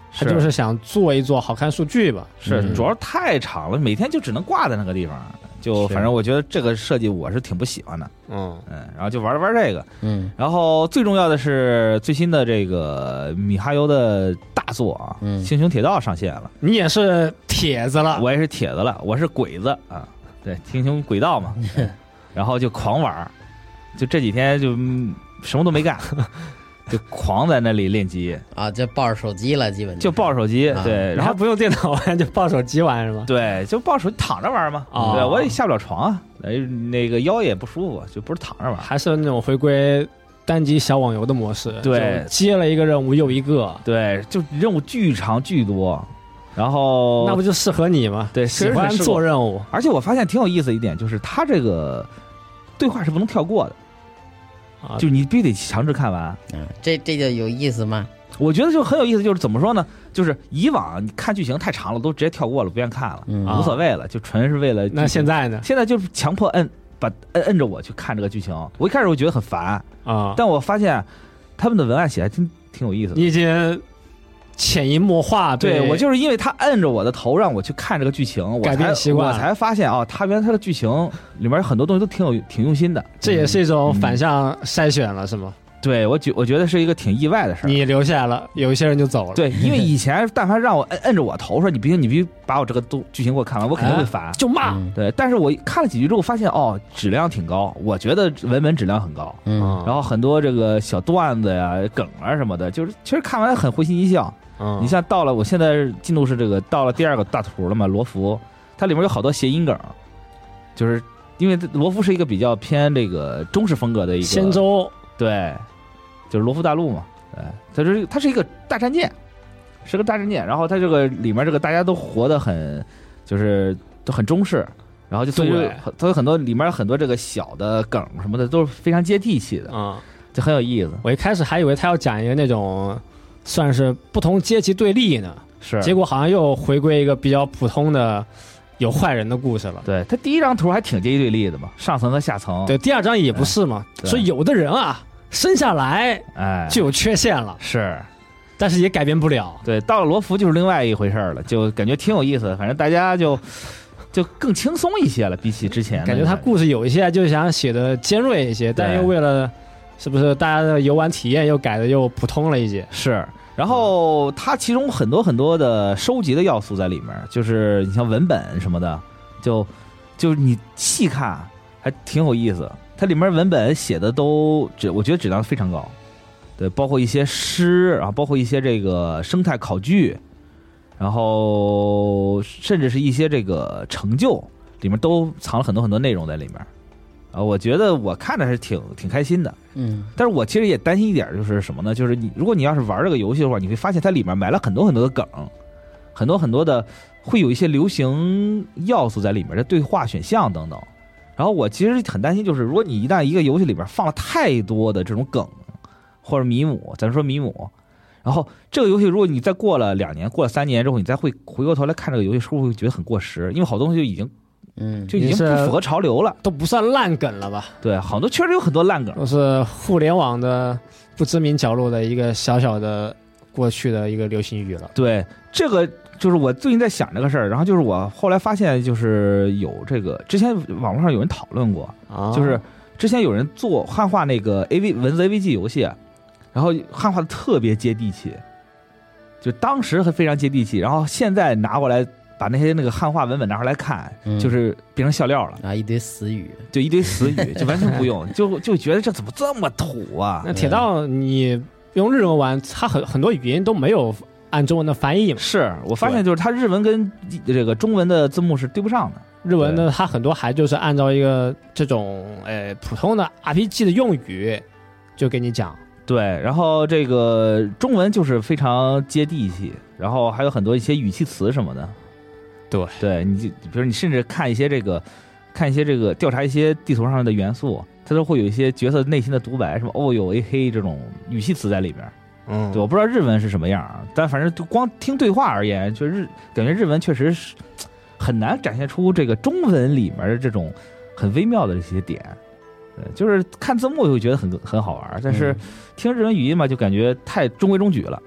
他就是想做一做好看数据吧。 是，主要太长了，每天就只能挂在那个地方。就反正我觉得这个设计我是挺不喜欢的，然后就玩这个，然后最重要的是最新的这个米哈游的大作啊，星穹铁道上线了。 你也是铁子了， 我也是铁子了，我是鬼子啊，对，星穹轨道嘛，然后就狂玩，就这几天就什么都没干。就狂在那里练级啊，就抱着手机了，基本就抱着手机，对， 然后不用电脑玩，就抱手机玩是吗？ 对，就抱手机躺着玩嘛。对，我也下不了床啊，那个腰也不舒服，就不是躺着玩， 还是那种回归单机小网游的模式。 对， 接了一个任务又一个， 对，就任务巨长巨多，然后那不就适合你吗？ 对， 喜欢做任务。 而且我发现挺有意思一点，就是它这个对话是不能跳过的。就你必须得强制看完， 这就有意思吗？ 我觉得就很有意思，就是怎么说呢？就是以往你看剧情太长了，都直接跳过了，不愿看了，无所谓了，就纯是为了。 那现在呢？ 现在就是强迫摁着我去看这个剧情。我一开始我觉得很烦啊，但我发现他们的文案写还挺有意思的。 你已经潜移默化， 对，我就是因为他摁着我的头让我去看这个剧情， 改变习惯， 我才发现他原来他的剧情里面很多东西都挺用心的。 这也是一种反向筛选了，是吗？ 对，我觉得是一个挺意外的事儿。 你留下了，有一些人就走了。 对，因为以前但凡让我摁着我头说你必须把我这个剧情给我看完，我肯定会烦， 就骂。 对，但是我看了几集之后发现质量挺高，我觉得文本质量很高。然后很多这个小段子呀、梗啊什么的，就是其实看完很会心一笑。你像到了我现在进度是这个到了第2个大图了嘛，罗浮，它里面有好多谐音梗，就是因为罗浮是一个比较偏这个中式风格的一个仙舟， 对，就是罗浮大陆嘛，对，它是一个大战舰，是个大战舰，然后它这个里面这个大家都活得很就是都很中式，然后所以它有很多里面很多这个小的梗什么的都是非常接地气的就很有意思。 我一开始还以为他要讲一个那种算是不同阶级对立呢， 是， 结果好像又回归一个比较普通的有坏人的故事了。 对，他第1张图还挺阶级对立的嘛，上层和下层。 对，第2张也不是嘛，所以有的人生下来就有缺陷了， 是， 但是也改变不了。 对，到了罗浮就是另外一回事了，就感觉挺有意思的，反正大家就更轻松一些了，比起之前。 感觉他故事有一些就想写的尖锐一些，但又为了是不是大家的游玩体验又改的又普通了一些。 是。然后它其中很多的收集的要素在里面，就是你像文本什么的，就你细看还挺有意思。它里面文本写的我觉得质量非常高，对，包括一些诗，然后包括一些这个生态考据，然后甚至是一些这个成就，里面都藏了很多内容在里面。我觉得我看着还是挺开心的，但是我其实也担心一点，就是什么呢？就是如果你要是玩这个游戏的话，你会发现它里面埋了很多的梗，很多的会有一些流行要素在里面的对话选项等等。然后我其实很担心，就是如果你一旦一个游戏里边放了太多的这种梗或者迷母，咱说迷母，然后这个游戏如果你再过了2年、过了3年之后，你再回过头来看这个游戏，是不是会觉得很过时？因为好多东西就已经不符合潮流了， 都不算烂梗了吧？ 对，好多确实有很多烂梗， 都是互联网的不知名角落的一个小小的过去的一个流行语了。 对，这个就是我最近在想这个事儿，然后就是我后来发现，就是有这个之前网络上有人讨论过，就是之前有人做汉化那个文字 AVG 游戏，然后汉化的特别接地气，就当时非常接地气，然后现在拿过来。把那个汉化文本拿出来看，就是变成笑料了一堆死语， 就一堆死语，就完全不用，就觉得这怎么这么土啊？ 那铁道你用日文玩，它很多语音都没有按中文的翻译嘛。 是我发现就是它日文跟这个中文的字幕是对不上的， 日文呢它很多还就是按照一个这种普通的 RPG 的用语就给你讲。 对，然后这个中文就是非常接地气，然后还有很多一些语气词什么的。对，你比如你甚至看一些这个调查一些地图上的元素，它都会有一些角色内心的独白，什么哦哟 A 黑这种语气词在里边。对，我不知道日文是什么样啊，但反正就光听对话而言，就是感觉日文确实是很难展现出这个中文里面的这种很微妙的这些点。对，就是看字幕会觉得很好玩，但是听日文语音嘛，就感觉太中规中矩了。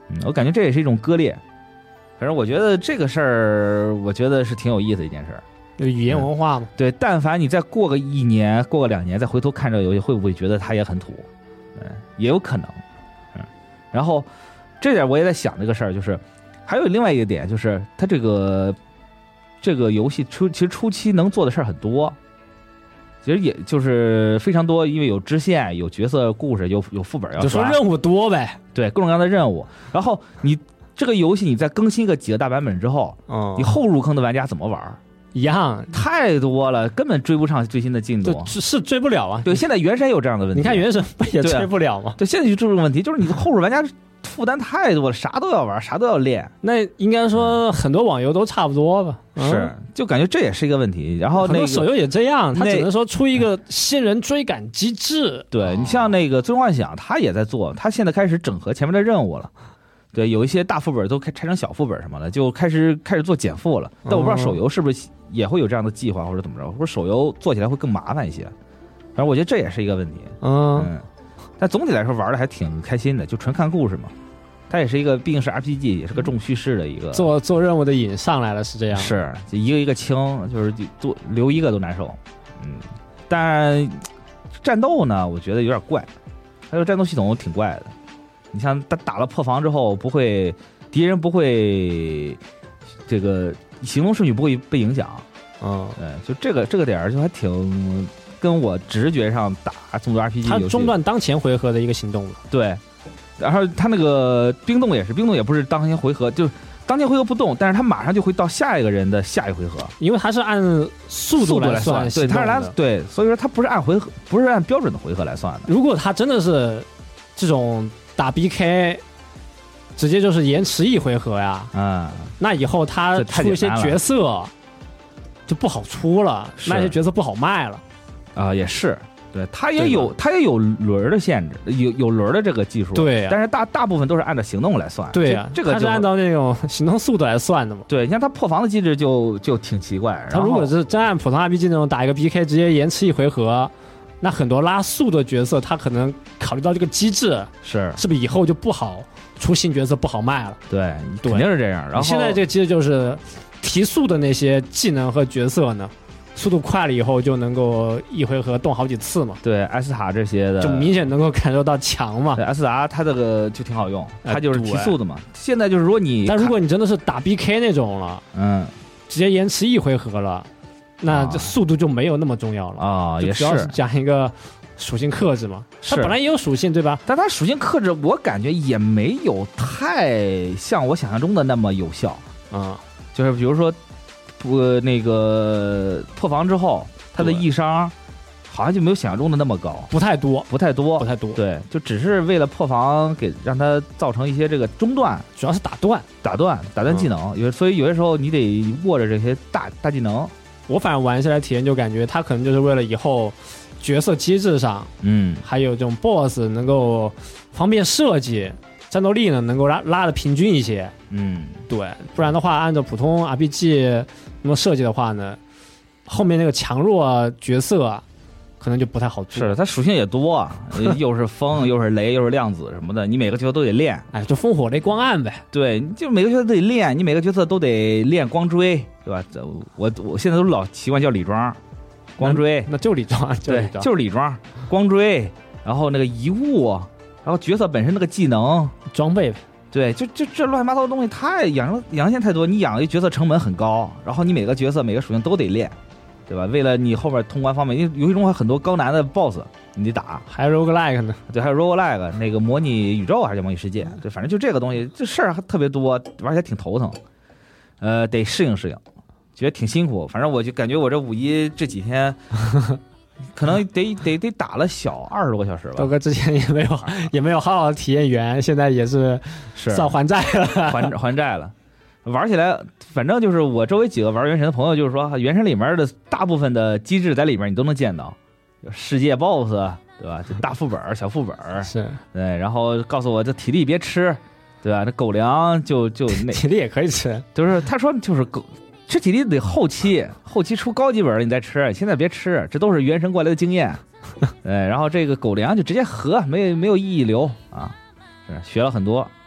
我感觉这也是一种割裂。反正我觉得这个事儿，我觉得是挺有意思的一件事儿。 语言文化嘛， 对，但凡你再过个1年、过个2年，再回头看这个游戏，会不会觉得它也很土？也有可能。然后这点我也在想这个事儿，就是还有另外一个点，就是它这个游戏其实初期能做的事儿很多，其实也就是非常多，因为有支线、有角色故事、有副本要刷， 就说任务多呗。 对，各种各样的任务。然后你这个游戏你再更新个几个大版本之后，你后入坑的玩家怎么玩？ 一样， 太多了，根本追不上最新的进度， 是追不了啊。 对，现在原神有这样的问题， 你看原神不也追不了吗？ 对，现在就这个问题，就是你后入玩家负担太多了，啥都要玩，啥都要练。 那应该说很多网游都差不多吧？ 是，就感觉这也是一个问题。然后那个手游也这样，它只能说出一个新人追赶机制。 对，你像那个最终幻想，他也在做，他现在开始整合前面的任务了。对，有一些大副本都拆成小副本什么的，就开始做减负了。但我不知道手游是不是也会有这样的计划，或者怎么着，或者手游做起来会更麻烦一些。反正我觉得这也是一个问题。但总体来说玩的还挺开心的，就纯看故事嘛。它也是一个，毕竟是 RPG， 也是个重叙事的一个。 做任务的瘾上来了，是这样。 是，就一个一个清，就是多留一个都难受。但战斗呢，我觉得有点怪，它的战斗系统挺怪的。你像打了破防之后，敌人不会这个行动顺序不会被影响。就这个点就还挺跟我直觉上打动作 RPG 游戏。 它中断当前回合的一个行动了。 对，然后它那个冰冻也是，冰冻也不是当前回合，就是当前回合不动，但是它马上就会到下一个人的下一回合， 因为它是按速度来算。 对，它是按对，所以说它不是按回合，不是按标准的回合来算的。 如果它真的是这种打 BK 直接就是延迟1回合呀，那以后他出一些角色就不好出了，那些角色不好卖了。 也是，对，它也有轮的限制，有轮的这个技术， 对， 但是大部分都是按照行动来算， 对呀， 这个它是按照那种行动速度来算的嘛。 对，你像它破防的机制就挺奇怪， 它如果是真按普通 RPG 那种打一个 BK 直接延迟1回合。那很多拉速的角色，他可能考虑到这个机制，是不是以后就不好出新角色，不好卖了？ 对，肯定是这样。然后现在这个机制就是提速的那些技能和角色呢，速度快了以后就能够1回合动好几次嘛。 对，艾斯塔这些的就明显能够感受到强嘛。 对，艾斯塔它这个就挺好用，它就是提速的嘛。现在就是如果你真的是打 BK 那种了，直接延迟1回合了。那这速度就没有那么重要了也主要是讲一个属性克制嘛。它本来也有属性对吧？ 但它属性克制，我感觉也没有太像我想象中的那么有效。就是比如说，那个破防之后，它的异伤好像就没有想象中的那么高， 不太多。 对，就只是为了破防，让它造成一些这个中断， 主要是打断技能。所以有些时候你得握着这些大技能。 我反正玩下来体验就感觉它可能就是为了以后角色机制上，还有这种 BOSS 能够方便设计，战斗力呢能够拉的平均一些，对，不然的话按照普通 RPG 那么设计的话呢，后面那个强弱角色可能就不太好做。 是，它属性也多，又是风又是雷又是量子什么的，你每个角色都得练。 就风火雷光暗呗。 对，就每个角色都得练，你每个角色都得练光追，对吧？我现在都老习惯叫李庄，光追， 那就李庄， 对，就是李庄，光追，然后那个遗物，然后角色本身那个技能装备。 对，就这乱七八糟的东西太养线太多，你养一角色成本很高，然后你每个角色每个属性都得练。对吧？为了你后面通关方面，因为游戏中还很多高难的 BOSS 你得打， 还有 roguelike 呢。 对，还有 roguelike 那个模拟宇宙还是叫模拟世界？对，反正就这个东西，这事儿还特别多，玩起来挺头疼。得适应，觉得挺辛苦。反正我就感觉我这5·1这几天，可能得打了小20多个小时吧。 豆哥之前也没有好好的体验完，现在也是算还债了， 还债了。玩起来，反正就是我周围几个玩原神的朋友，就是说原神里面的大部分的机制在里面你都能见到，世界 BOSS 对吧？就大副本、小副本是， 对，然后告诉我这体力别吃，对吧？这狗粮就那体力也可以吃， 就是他说就是吃体力得后期出高级本了你再吃，现在别吃，这都是原神过来的经验。然后这个狗粮就直接喝，没有意义留啊，是学了很多啊。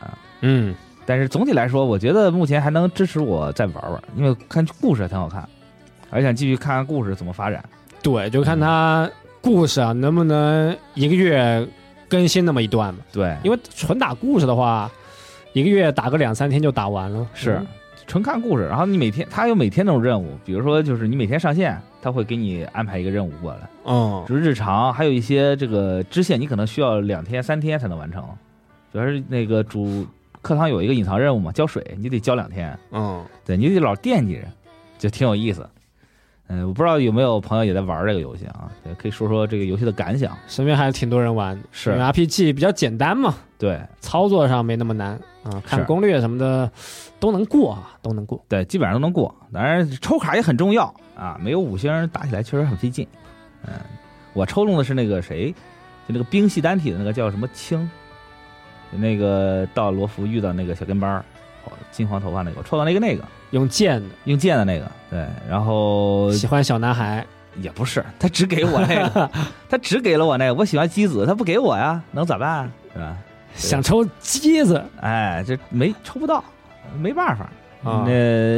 但是总体来说，我觉得目前还能支持我再玩玩，因为看故事还挺好看，还想继续看看故事怎么发展。 对，就看他故事啊能不能一个月更新那么一段嘛。 对， 因为纯打故事的话，一个月打个2-3天就打完了。 是。纯看故事，然后你他有每天那种任务，比如说就是你每天上线，他会给你安排一个任务过来，就是日常，还有一些这个支线，你可能需要2天3天才能完成。主要是那个主课堂有一个隐藏任务嘛，浇水，你得浇2天，对，你得老惦记着，就挺有意思。我不知道有没有朋友也在玩这个游戏啊，可以说说这个游戏的感想。 身边还是挺多人玩， 是因为 RPG 比较简单嘛， 对， 操作上没那么难啊，看攻略什么的都能过啊，都能过， 对，基本上都能过。当然抽卡也很重要啊，没有5星打起来确实很费劲。我抽中的是那个谁，就那个冰系单体的那个叫什么青，那个到罗浮遇到那个小跟班金黄头发那个，我抽到那个用剑的那个，对，然后喜欢小男孩也不是，他只给我那个，他只给了我那个，我喜欢姬子，他不给我呀，能咋办？是吧？ 想抽姬子， 哎，这抽不到，没办法。那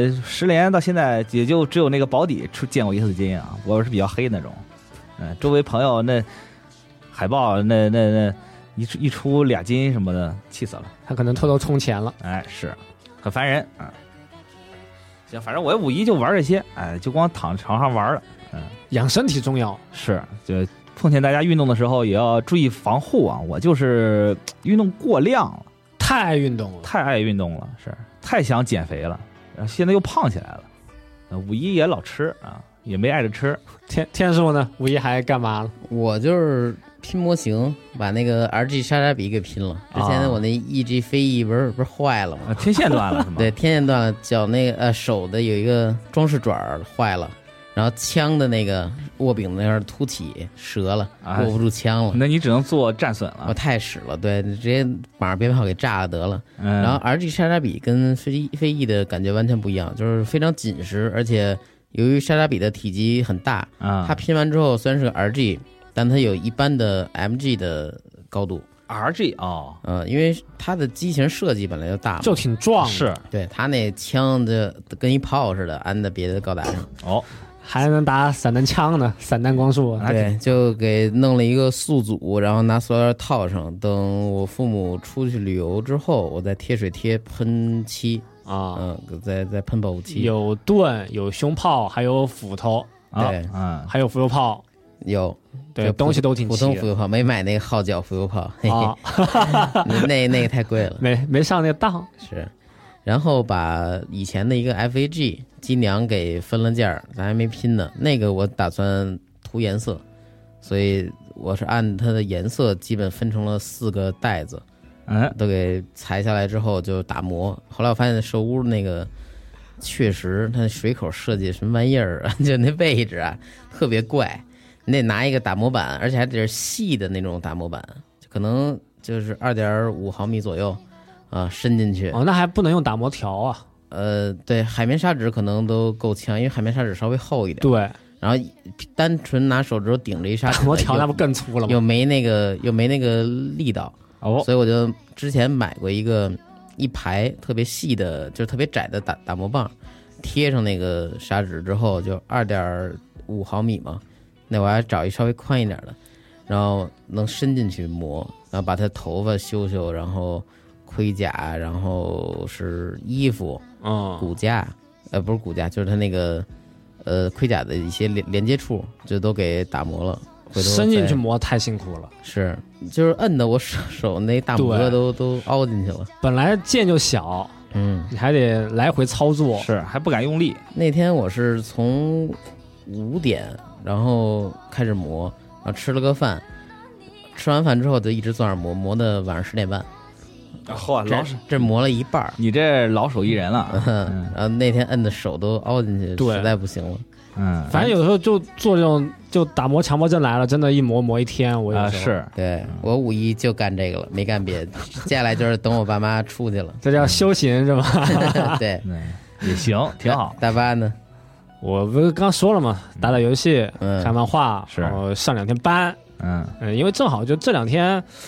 10连到现在也就只有那个保底见过1次金啊，我是比较黑那种。周围朋友那海报那一出2金什么的，气死了。 他可能偷偷充钱了， 哎，是很烦人啊。行，反正我5一就玩这些，哎，就光躺床上玩了。 养身体重要， 是，就奉劝大家运动的时候也要注意防护啊。我就是运动过量了， 太爱运动了， 是太想减肥了，然后现在又胖起来了。5一也老吃啊，也没挨着吃。 天师傅呢？5一还干嘛了？ 我就是拼模型，把那个 RG 莎莎比给拼了。之前我那 EG 飞翼不是坏了吗？ 天线断了是吗？ 对，天线断了，脚那个手的有一个装饰爪坏了，然后枪的那个握柄那块凸起折了，握不住枪了。 那你只能做战损了。 我太屎了，对，直接把鞭炮给炸了得了。然后 RG 莎莎比跟飞翼的感觉完全不一样，就是非常紧实，而且由于莎莎比的体积很大，它拼完之后虽然是个 RG。但它有一般的 MG 的高度 ，RG 因为它的机型设计本来就大嘛， 就挺壮的， 是对它那枪的跟一炮似的安在别的高达上， 还能打散弹枪呢，散弹光束， 对，就给弄了一个宿组，然后拿塑料袋套上，等我父母出去旅游之后，我再贴水贴喷漆再喷保护漆， 有盾，有胸炮，还有斧头， 对， 还有浮游炮。 有， 对，东西都挺齐的。 普通浮游炮没买那个号角浮游炮，那个太贵了， 没上那个当。 是，然后把以前的一个 FAG 机娘给分了件，咱还没拼呢。那个我打算涂颜色，所以我是按它的颜色基本分成了4个袋子，都给裁下来之后就打磨。后来我发现兽屋那个确实它水口设计什么玩意儿啊，就那位置啊特别怪。你得拿一个打磨板，而且还得是细的那种打磨板，可能就是2.5毫米左右伸进去。 那还不能用打磨条啊？ 对，海绵砂纸可能都够呛，因为海绵砂纸稍微厚一点。 对， 然后单纯拿手指头顶着一砂纸， 打磨条那不更粗了吗？ 又没那个力道所以我就之前买过一排特别细的，就是特别窄的打磨棒，贴上那个砂纸之后就2.5毫米嘛。那我还找一稍微宽一点的，然后能伸进去磨，然后把他头发修修，然后盔甲，然后是衣服，骨架，不是骨架，就是他那个盔甲的一些连接处，就都给打磨了。 伸进去磨太辛苦了， 是，就是摁的我手那大拇哥都凹进去了。 本来剑就小，你还得来回操作， 是还不敢用力。 那天我是从5点。然后开始磨，然后吃了个饭，吃完饭之后就一直坐那磨到晚上10点半。这磨了一半， 你这老手艺人了。 然后那天摁的手都凹进去，实在不行了。 反正有时候就做这种就打磨强迫症来了，真的一磨1天。我有时候是对我5一就干这个了，没干别的。接下来就是等我爸妈出去了， 这叫修行是吧？ 对， 也行，挺好。 大巴呢？ 我不是刚说了吗？打打游戏，看漫画， 是， 然后上2天班，因为正好就这2天，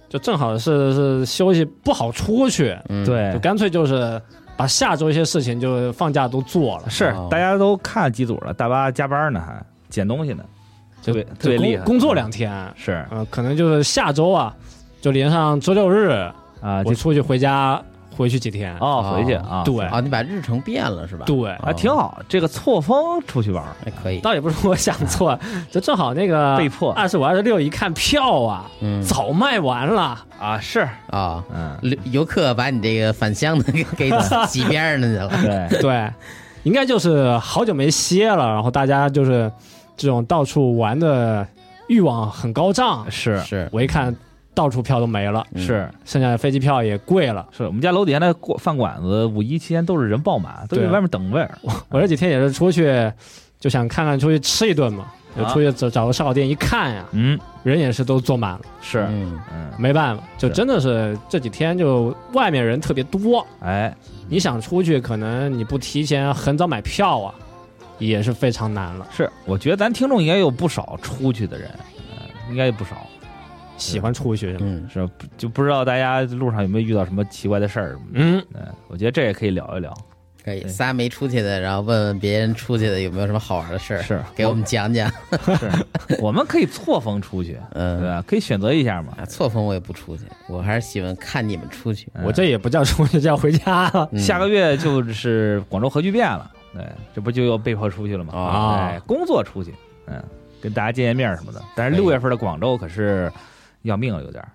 就正好是休息不好出去， 对， 就干脆就是把下周一些事情就放假都做了。 是，大家都看几组了，大巴加班呢，还捡东西呢，特别厉害。 工作2天是， 可能就是下周啊，就连上周6日啊，我出去回去几天回去啊， 对啊，你把日程变了是吧？ 对， 还挺好。这个错峰出去玩还可以， 倒也不是我想错，就正好那个被迫 25、26一看票啊，早卖完了啊，是啊，游客把你这个返乡的给挤边上去了， 对，应该就是好久没歇了，然后大家就是这种到处玩的欲望很高涨， 是， 我一看。到处票都没了， 是， 剩下的飞机票也贵了。 是我们家楼底下那饭馆子5·1期间都是人爆满，都在外面等位。 我这几天也是出去，就想看看出去吃一顿嘛，就出去找个烧烤店一看呀，人也是都坐满了。 是， 没办法，就真的是这几天就外面人特别多。 哎， 你想出去，可能你不提前很早买票啊，也是非常难了。 是，我觉得咱听众也有不少出去的人，应该有不少。 喜欢出去是就不知道大家路上有没有遇到什么奇怪的事儿？我觉得这也可以聊一聊。 可以，仨没出去的，然后问问别人出去的有没有什么好玩的事儿， 是给我们讲讲。 是，我们可以错峰出去，对吧？可以选择一下嘛。 错峰我也不出去，我还是喜欢看你们出去。 我这也不叫出去，叫回家了。 下个月就是广州核聚变了，对，这不就要被迫出去了吗？工作出去，跟大家见面什么的。但是6月份的广州可是。要命了，有点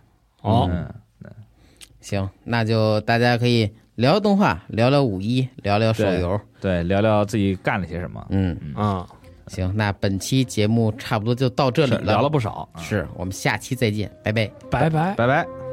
行，那就大家可以聊聊动画，聊聊5·1，聊聊手游， 对，聊聊自己干了些什么。 行，那本期节目差不多就到这里了， 聊了不少。 是我们下期再见，拜拜， 拜拜， 拜拜。